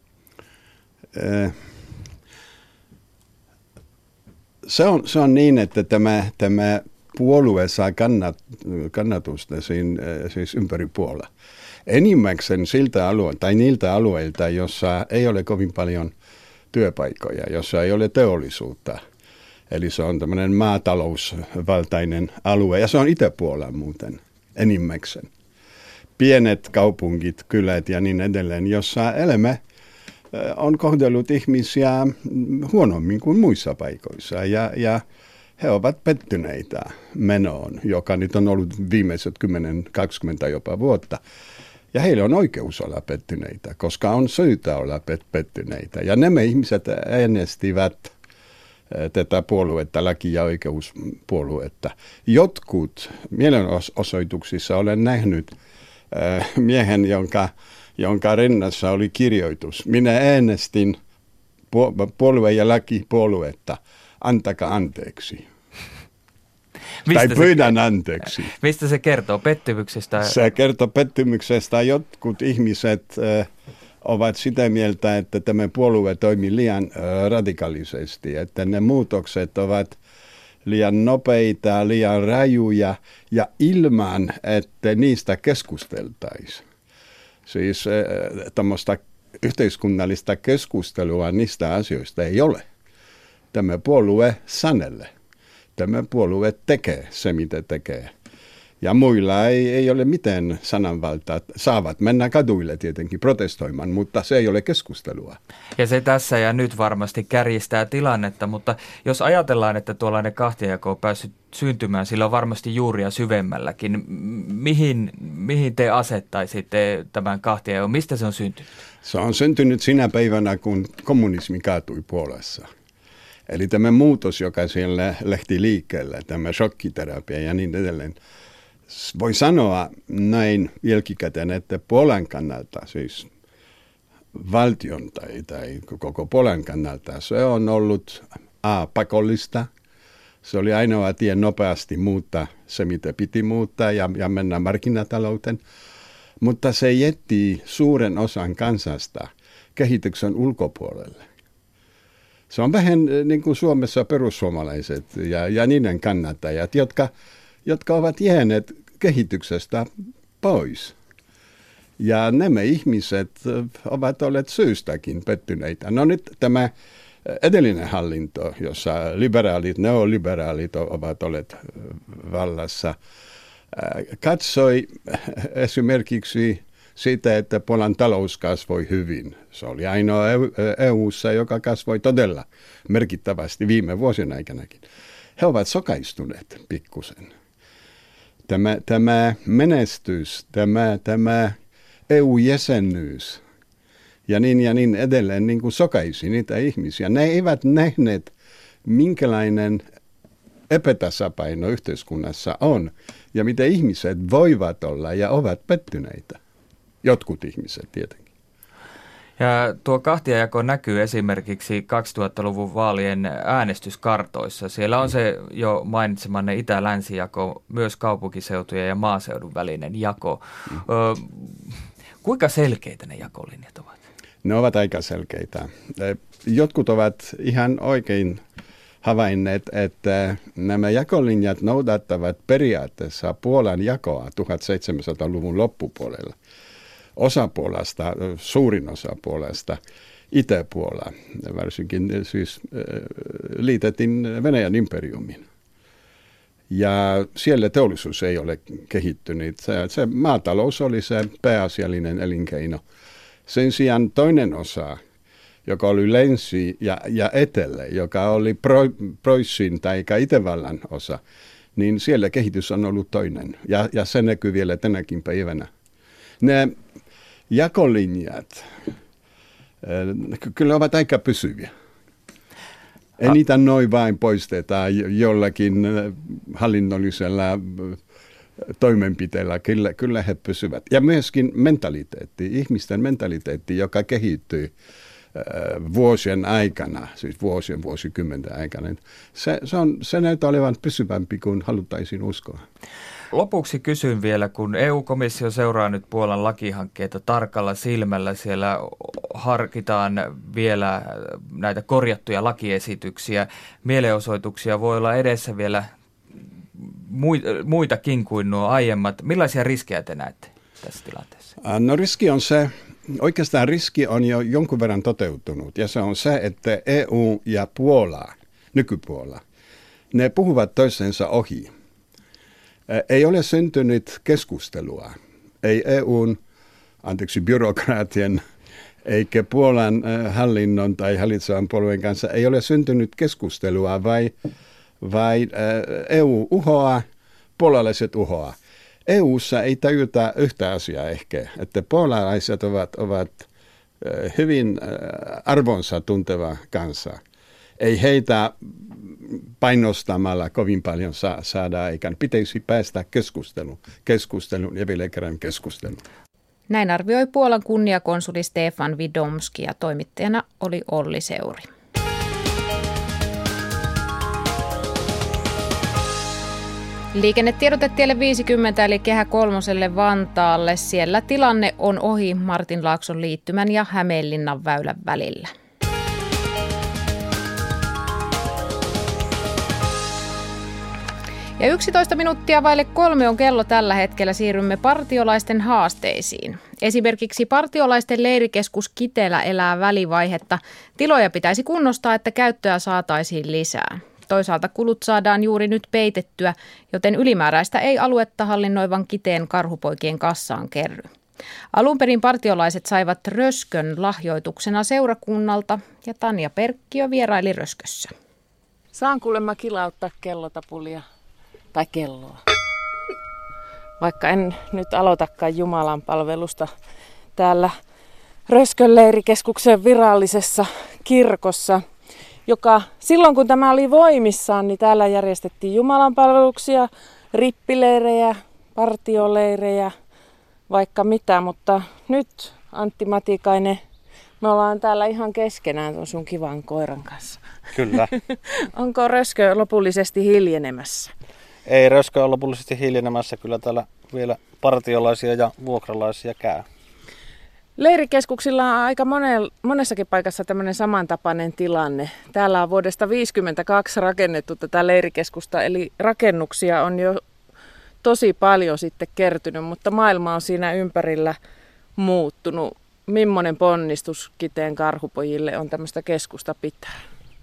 Se on, se on niin, että tämä, tämä puolue saa kannat, kannatusta siinä, siis ympäri puolella. Enimmäkseen siltä alueelta tai niiltä alueilta, jossa ei ole kovin paljon työpaikkoja, jossa ei ole teollisuutta. Eli se on tämmöinen maatalousvaltainen alue ja se on itäpuolella muuten enimmäkseen. Pienet kaupungit, kylät ja niin edelleen, jossa elämä on kohdellut ihmisiä huonommin kuin muissa paikoissa ja, ja he ovat pettyneitä menoon, joka nyt on ollut viimeiset kymmenen kaksikymmentä jopa vuotta. Ja heillä on oikeus olla pettyneitä, koska on syytä olla pettyneitä. Ja nämä ihmiset äänestivät tätä puoluetta, laki- ja oikeuspuoluetta. Jotkut mielenosoituksissa olen nähnyt äh, miehen, jonka, jonka rinnassa oli kirjoitus. Minä äänestin puolue- ja lakipuoluetta. Antakaa anteeksi. Mistä tai pyydän se, anteeksi. Mistä se kertoo? Pettymyksestä? Se kertoo pettymyksestä. Jotkut ihmiset äh, ovat sitä mieltä, että tämä puolue toimii liian äh, radikaalisesti, että ne muutokset ovat liian nopeita, liian rajuja ja ilman, että niistä keskusteltaisiin. Siis äh, tämmöistä yhteiskunnallista keskustelua niistä asioista ei ole. Tämä puolue sanelee. Tämä puolue tekee se, mitä tekee. Ja muilla ei, ei ole mitään sananvaltaa. Saavat mennä kaduille tietenkin protestoimaan, mutta se ei ole keskustelua. Ja se tässä ja nyt varmasti kärjistää tilannetta, mutta jos ajatellaan, että tuollainen kahtiajako on päässyt syntymään, sillä on varmasti juuria syvemmälläkin. Mihin, mihin te asettaisitte tämän kahtiajakon? Mistä se on syntynyt? Se on syntynyt sinä päivänä, kun kommunismi kaatui Puolassa. Eli tämä muutos, joka siellä lähti liikkeelle, tämä shokkiterapia ja niin edelleen, voi sanoa näin jälkikäteen, että Puolan kannalta, siis valtion tai, tai koko Puolan kannalta, se on ollut a, pakollista. Se oli ainoa tie nopeasti muuttaa se, mitä piti muuttaa ja, ja mennä markkinatalouteen. Mutta se jätti suuren osan kansasta kehityksen ulkopuolelle. Se on vähän niin kuin Suomessa perussuomalaiset ja, ja niiden kannattajat, jotka, jotka ovat jääneet kehityksestä pois. Ja nämä ihmiset ovat olleet syystäkin pettyneitä. No nyt tämä edellinen hallinto, jossa liberaalit, neoliberaalit ovat olleet vallassa, katsoi esimerkiksi siitä, että Puolan talous kasvoi hyvin. Se oli ainoa E U:ssa, joka kasvoi todella merkittävästi viime vuosien aikanakin. He ovat sokaistuneet pikkusen. Tämä, tämä menestys, tämä, tämä E U-jäsenyys ja niin ja niin edelleen niin kuin sokaisi niitä ihmisiä. Ne eivät nähneet, minkälainen epätasapaino yhteiskunnassa on ja mitä ihmiset voivat olla ja ovat pettyneitä. Jotkut ihmiset tietenkin. Ja tuo kahtiajako näkyy esimerkiksi kaksituhattaluvun vaalien äänestyskartoissa. Siellä on se jo mainitsemanne itä-länsijako, myös kaupunkiseutujen ja maaseudun välinen jako. Mm. Ö, kuinka selkeitä ne jakolinjat ovat? Ne ovat aika selkeitä. Jotkut ovat ihan oikein havainneet, että nämä jakolinjat noudattavat periaatteessa Puolan jakoa tuhatseitsemänsataaluvun loppupuolella. Osa Puolasta, suurin osa Puolasta, Itäpuola, varsinkin siis liitettiin Venäjän imperiumiin. Ja siellä teollisuus ei ole kehittynyt. Se, se maatalous oli se pääasiallinen elinkeino. Sen sijaan toinen osa, joka oli länsi ja, ja etelä, joka oli pro, Proissin tai Itävallan osa, niin siellä kehitys on ollut toinen. Ja, ja se näkyy vielä tänäkin päivänä. Ne jakolinjat, kyllä ovat aika pysyviä. Ei niitä noin vain poisteta jollakin hallinnollisella toimenpiteellä. Kyllä, kyllä he pysyvät. Ja myöskin mentaliteetti, ihmisten mentaliteetti, joka kehittyy vuosien aikana, siis vuosien vuosikymmenten aikana. Se, se, on, se näyttää olevan pysyvämpi kuin haluttaisiin uskoa. Lopuksi kysyn vielä, kun E U-komissio seuraa nyt Puolan lakihankkeita tarkalla silmällä, siellä harkitaan vielä näitä korjattuja lakiesityksiä, mielenosoituksia voi olla edessä vielä muitakin kuin nuo aiemmat. Millaisia riskejä te näette tässä tilanteessa? No riski on se, oikeastaan riski on jo jonkun verran toteutunut, ja se on se, että E U ja Puola, nykypuola, ne puhuvat toisensa ohi. Ei ole syntynyt keskustelua, ei E U:n, anteeksi, byrokraatien, eikä Puolan hallinnon tai hallitsevan puolueen kanssa ei ole syntynyt keskustelua, vai, vai E U uhoaa, puolalaiset uhoaa. E U:ssa ei tajuta yhtä asiaa ehkä, että puolalaiset ovat, ovat hyvin arvonsa tunteva kansa. Ei heitä painostamalla kovin paljon saa, saada aikaan. Pitäisi päästä keskusteluun, keskusteluun ja vielä kerran keskusteluun. Näin arvioi Puolan kunniakonsuli Stefan Widomski ja toimittajana oli Olli Seuri. Liikennetiedote tielle viisikymmentä eli Kehä kolmoselle Vantaalle. Siellä tilanne on ohi Martinlaakson liittymän ja Hämeenlinnan väylän välillä. Ja yksitoista minuuttia vaille kolme on kello tällä hetkellä. Siirrymme partiolaisten haasteisiin. Esimerkiksi partiolaisten leirikeskus Kitelä elää välivaihetta. Tiloja pitäisi kunnostaa, että käyttöä saataisiin lisää. Toisaalta kulut saadaan juuri nyt peitettyä, joten ylimääräistä ei aluetta hallinnoivan Kiteen karhupoikien kassaan kerry. Alun perin partiolaiset saivat röskön lahjoituksena seurakunnalta ja Tanja Perkkiö vieraili röskössä. Saan kuulemma kilauttaa kellotapulia tai kelloa. Vaikka en nyt aloitakaan Jumalan palvelusta täällä Röskön leirikeskuksen virallisessa kirkossa, joka silloin kun tämä oli voimissaan, niin täällä järjestettiin jumalanpalveluksia, rippileirejä, partioleirejä, vaikka mitä, mutta nyt Antti Matikainen, me ollaan täällä ihan keskenään tuon sun kivan koiran kanssa. Kyllä. Onko Röskö lopullisesti hiljenemässä? Ei Röskö ole lopullisesti hiljenemässä, kyllä täällä vielä partiolaisia ja vuokralaisia käy. Leirikeskuksilla on aika monessakin paikassa tämmöinen samantapainen tilanne. Täällä on vuodesta tuhatyhdeksänsataaviisikymmentäkaksi rakennettu tätä leirikeskusta, eli rakennuksia on jo tosi paljon sitten kertynyt, mutta maailma on siinä ympärillä muuttunut. Millainen ponnistus Kiteen karhupojille on tämmöistä keskusta pitää?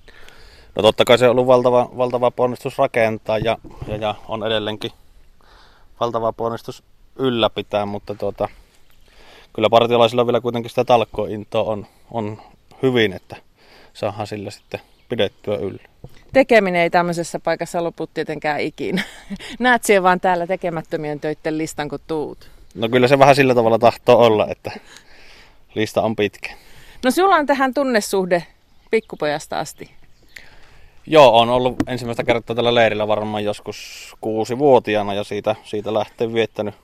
No totta kai se on ollut valtava, valtava ponnistus rakentaa ja, ja, ja on edelleenkin valtava ponnistus ylläpitää, mutta tuota, kyllä partiolaisilla vielä kuitenkin sitä talkkointoa on, on hyvin, että saadaan sillä sitten pidettyä yllä. Tekeminen ei tämmöisessä paikassa lopu tietenkään ikinä. Näet siellä vaan täällä tekemättömien töiden listan, kun tuut? No kyllä se vähän sillä tavalla tahtoo olla, että lista on pitkä. No sulla on tähän tunnesuhde pikkupojasta asti. Joo, on ollut ensimmäistä kertaa tällä leirillä varmaan joskus kuusivuotiaana ja siitä, siitä lähtee viettänyt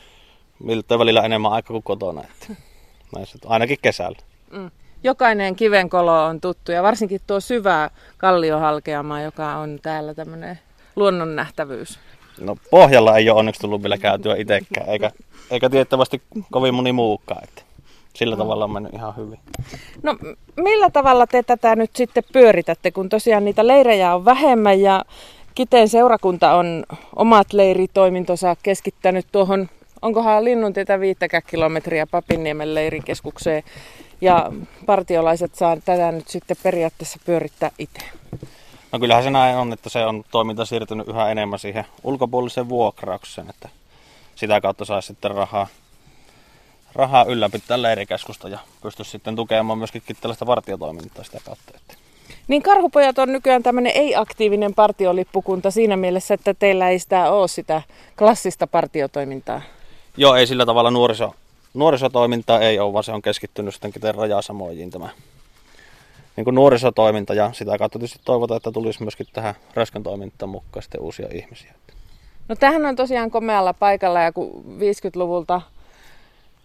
miltä välillä enemmän aikaa kuin kotona. Että näissä, ainakin kesällä. Mm. Jokainen kivenkolo on tuttu ja varsinkin tuo syvä kalliohalkeama, joka on täällä tämmöinen luonnonnähtävyys. No pohjalla ei ole onneksi tullut vielä käytyä itsekään, eikä, eikä tiettävästi kovin moni muukaan. Että sillä tavalla on mennyt ihan hyvin. No millä tavalla te tätä nyt sitten pyöritätte, kun tosiaan niitä leirejä on vähemmän ja Kiteen seurakunta on omat leiritoimintonsa keskittänyt tuohon, onkohan Linnuntietä viittäkään kilometriä Papinniemen leirikeskukseen ja partiolaiset saa tätä nyt sitten periaatteessa pyörittää itse. No kyllähän se näin on, että se on toiminta siirtynyt yhä enemmän siihen ulkopuoliseen vuokraukseen, että sitä kautta saisi sitten rahaa. rahaa ylläpitää leirikeskusta ja pystyisi sitten tukemaan myöskin tällaista partiotoimintaa sitä kautta. Niin karhupojat on nykyään tämmöinen ei-aktiivinen partiolippukunta siinä mielessä, että teillä ei sitä ole sitä klassista partiotoimintaa. Joo, ei sillä tavalla nuoriso, nuorisotoimintaa ei ole, vaan se on keskittynyt sitten Kiteen Rajasamojiin tämä niin kuin nuorisotoiminta ja sitä kautta tietysti toivotaan, että tulisi myöskin tähän Röskön toimintaan mukaan sitten uusia ihmisiä. No tämähän on tosiaan komealla paikalla ja kun viisikymmentäluvulta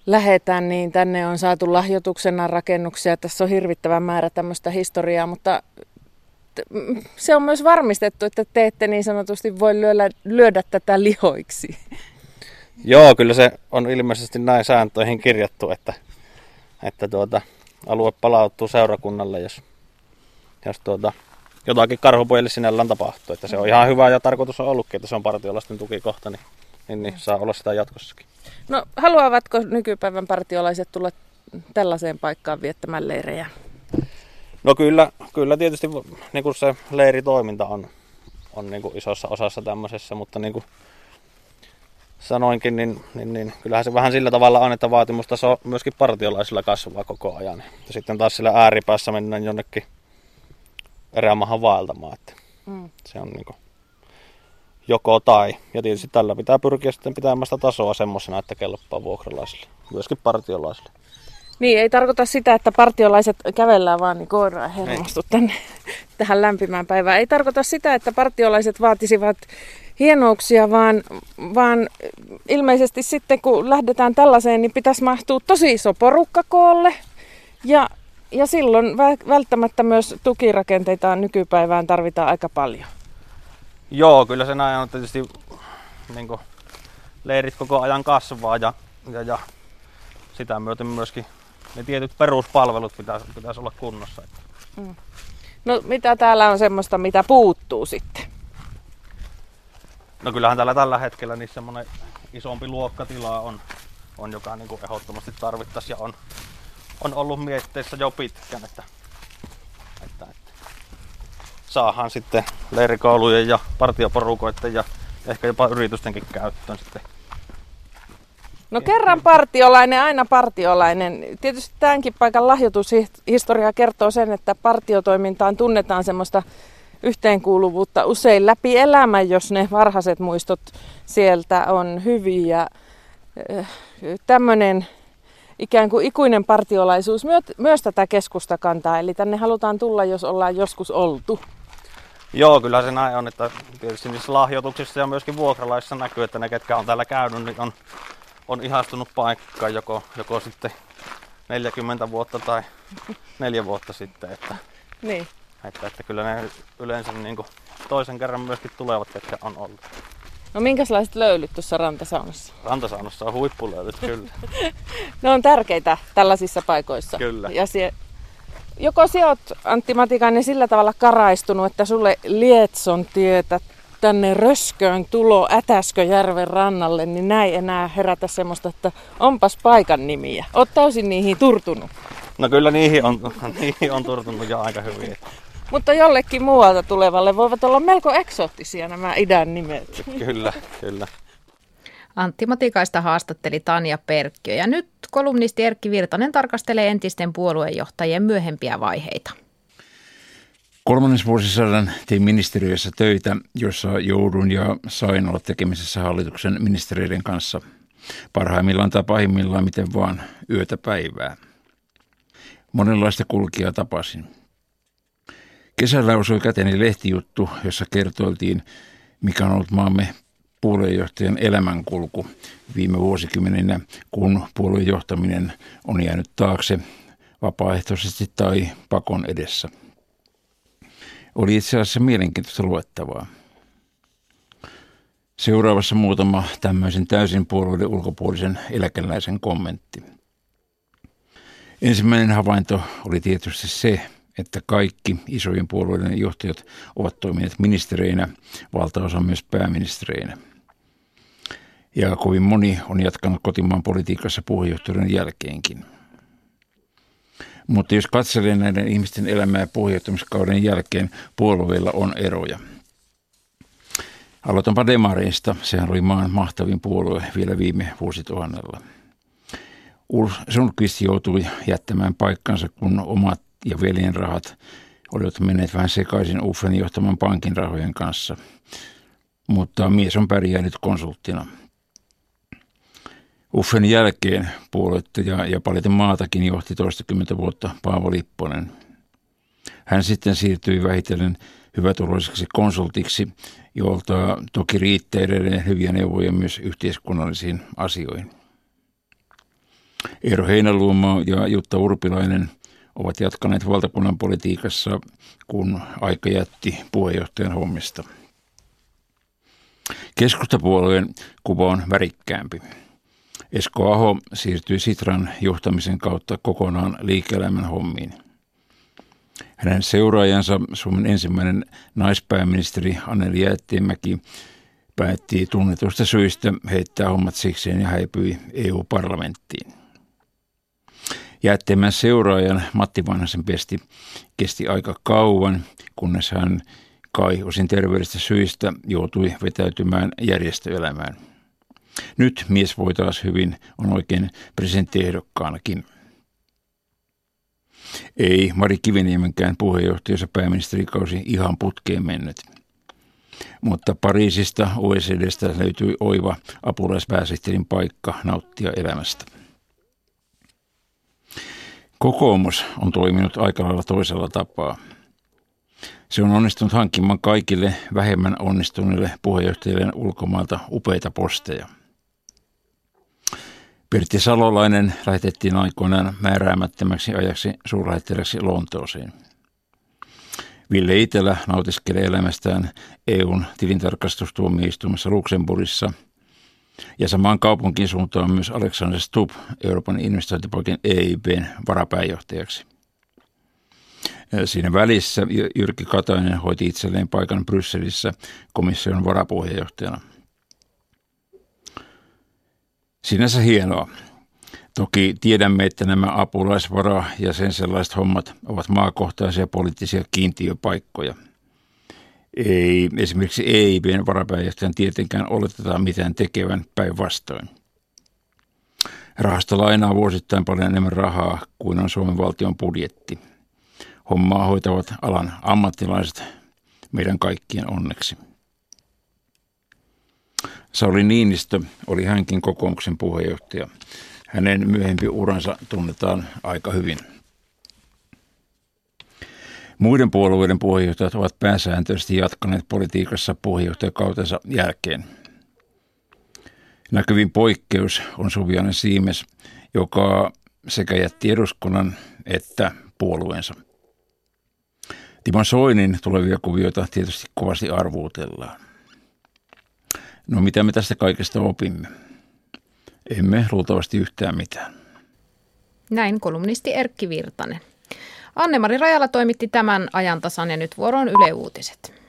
lähdetään, niin tänne on saatu lahjoituksena rakennuksia. Tässä on hirvittävä määrä tämmöistä historiaa, mutta se on myös varmistettu, että te ette niin sanotusti voi lyödä, lyödä tätä lihoiksi. Joo, kyllä se on ilmeisesti näin sääntöihin kirjattu, että, että tuota, alue palautuu seurakunnalle, jos, jos tuota, jotakin karhupojille sinällään tapahtuu. Että se on ihan hyvä ja tarkoitus on ollutkin, että se on partiolaisten tukikohta, niin, niin, niin saa olla sitä jatkossakin. No haluavatko nykypäivän partiolaiset tulla tällaiseen paikkaan viettämään leirejä? No kyllä, kyllä tietysti niin kuin se leiritoiminta on, on niin kuin isossa osassa tämmöisessä, mutta niin kuin sanoinkin, niin, niin, niin kyllähän se vähän sillä tavalla on, että vaatimustaso myöskin partiolaisilla kasvaa koko ajan. Ja sitten taas sillä ääripäässä mennään jonnekin erämaahan vaeltamaan, että mm. se on niin kuin joko tai. Ja tietysti tällä pitää pyrkiä sitten pitämään sitä tasoa semmoisena, että kelpaa vuokralaisille, myöskin partiolaisille. Niin, ei tarkoita sitä, että partiolaiset kävellään vaan niin koiraa hermostu tänne tähän lämpimään päivään. Ei tarkoita sitä, että partiolaiset vaatisivat hienouksia, vaan, vaan ilmeisesti sitten kun lähdetään tällaiseen, niin pitäisi mahtua tosi iso porukka koolle. Ja, ja silloin välttämättä myös tukirakenteita nykypäivään tarvitaan aika paljon. Joo, kyllä se näin on. Tietysti niin kuin leirit koko ajan kasvaa ja, ja, ja sitä myöten myöskin ne tietyt peruspalvelut pitäisi, pitäisi olla kunnossa. Mm. No mitä täällä on semmoista, mitä puuttuu sitten? No kyllähän täällä tällä hetkellä niin semmoinen isompi luokkatila on, on joka niin kuin ehdottomasti tarvittaisiin ja on, on ollut mietteissä jo pitkään, että, että, että saadaan sitten leirikoulujen ja partioporukoiden ja ehkä jopa yritystenkin käyttöön sitten. No kerran partiolainen, aina partiolainen. Tietysti tämänkin paikan lahjoitushistoria kertoo sen, että partiotoimintaan tunnetaan semmoista yhteenkuuluvuutta usein läpi elämän, jos ne varhaiset muistot sieltä on hyviä. Tämmöinen ikään kuin ikuinen partiolaisuus myös tätä keskusta kantaa, eli tänne halutaan tulla, jos ollaan joskus oltu. Joo, kyllä se näin on, että tietysti niissä lahjoituksissa ja myöskin vuokralaissa näkyy, että ne ketkä on täällä käynyt, niin on, on ihastunut paikkaan joko, joko sitten neljäkymmentä vuotta tai neljä vuotta sitten. Että, niin. että, että kyllä ne yleensä niin kuin toisen kerran myöskin tulevat, ketkä on ollut. No minkälaiset löylyt tuossa rantasaunassa? Rantasaunassa on huippulöylyt, kyllä. Ne on tärkeitä tällaisissa paikoissa. Kyllä. Ja sie... Joko sinä olet, Antti Matikainen, sillä tavalla karaistunut, että sulle Lietson tietä tänne Rösköön tulo Ätäsköjärven rannalle, niin näin enää herätä semmoista, että onpas paikan nimiä. Olet täysin niihin turtunut. No kyllä niihin on, niihin on turtunut jo aika hyvin. Mutta jollekin muualta tulevalle voivat olla melko eksoottisia nämä idän nimet. Kyllä, kyllä. Antti Matikaista haastatteli Tanja Perkkiö ja nyt kolumnisti Erkki Virtanen tarkastelee entisten puoluejohtajien myöhempiä vaiheita. Kolmannesvuosisadan tein ministeriössä töitä, jossa joudun ja sain olla tekemisessä hallituksen ministereiden kanssa. Parhaimmillaan tai pahimmillaan miten vaan yötä päivää. Monenlaista kulkijaa tapasin. Kesällä osui käteni lehtijuttu, jossa kertoiltiin, mikä on ollut maamme puoluejohtajan elämänkulku viime vuosikymmeninä, kun puolueen johtaminen on jäänyt taakse vapaaehtoisesti tai pakon edessä. Oli itse asiassa mielenkiintoista luettavaa. Seuraavassa muutama tämmöisen täysin puolueiden ulkopuolisen eläkeläisen kommentti. Ensimmäinen havainto oli tietysti se, että kaikki isojen puolueiden johtajat ovat toimineet ministereinä, valtaosa myös pääministereinä. Ja kovin moni on jatkanut kotimaan politiikassa puheenjohtajuuden jälkeenkin. Mutta jos katselee näiden ihmisten elämää puheenjohtamiskauden jälkeen, puolueilla on eroja. Aloitanpa demareista. Sehän oli maan mahtavin puolue vielä viime vuosituhannella. Ulf Sundqvist joutui jättämään paikkansa, kun omat ja veljen rahat olivat menneet vähän sekaisin Uffen johtaman pankin rahojen kanssa. Mutta mies on pärjäänyt konsulttina. Uffen jälkeen puoluetta ja, ja paljon maatakin johti toistakymmentä vuotta Paavo Lipponen. Hän sitten siirtyi vähitellen hyvätuloiseksi konsultiksi, jolta toki riittää edelleen hyviä neuvoja myös yhteiskunnallisiin asioihin. Eero Heinäluoma ja Jutta Urpilainen ovat jatkaneet valtakunnan politiikassa, kun aika jätti puheenjohtajan hommista. Keskustapuolueen kuva on värikkäämpi. Esko Aho siirtyi Sitran johtamisen kautta kokonaan liike-elämän hommiin. Hänen seuraajansa, Suomen ensimmäinen naispääministeri Anneli Jäätteenmäki, päätti tunnetusta syistä heittää hommat sikseen ja häipyi E U-parlamenttiin. Jäätteenmäen seuraajan Matti Vanhasen pesti kesti aika kauan, kunnes hän kai osin terveydestä syistä joutui vetäytymään järjestöelämään. Nyt mies voi taas hyvin, on oikein presidenttiehdokkaanakin. Ei Mari Kiviniemenkään puheenjohtajansa pääministerikausi ihan putkeen mennyt. Mutta Pariisista O E C D:stä löytyi oiva apulaispääsihteerin paikka nauttia elämästä. Kokoomus on toiminut aika lailla toisella tapaa. Se on onnistunut hankkimaan kaikille vähemmän onnistuneille puheenjohtajille ulkomailta upeita posteja. Pertti Salolainen lähetettiin aikoinaan määräämättömäksi ajaksi suurlähettiläksi Lontooseen. Ville Itälä nautiskelee elämästään E U:n tilintarkastustuomioistuimessa Luxemburgissa. Ja samaan kaupunkiin suuntaan myös Alexander Stubb Euroopan investointipankin E I B:n varapääjohtajaksi. Siinä välissä Jyrki Katainen hoiti itselleen paikan Brysselissä komission varapuheenjohtajana. Sinänsä hienoa. Toki tiedämme, että nämä apulaisvara- ja sen sellaiset hommat ovat maakohtaisia poliittisia kiintiöpaikkoja. Ei esimerkiksi E I B:n varapääjohtajan tietenkään oleteta mitään tekevän päinvastoin. Rahasto lainaa vuosittain paljon enemmän rahaa kuin on Suomen valtion budjetti. Hommaa hoitavat alan ammattilaiset meidän kaikkien onneksi. Sauli Niinistö oli hänkin kokoomuksen puheenjohtaja. Hänen myöhempi uransa tunnetaan aika hyvin. Muiden puolueiden puheenjohtajat ovat pääsääntöisesti jatkaneet politiikassa puheenjohtajakautensa jälkeen. Näkyvin poikkeus on Suvi-Anne Siimes, joka sekä jätti eduskunnan että puolueensa. Timo Soinin tulevia kuvioita tietysti kovasti arvuutellaan. No mitä me tästä kaikesta opimme? Emme luultavasti yhtään mitään. Näin kolumnisti Erkki Virtanen. Anne-Mari Rajala toimitti tämän ajantasan ja nyt vuoroon Yle Uutiset.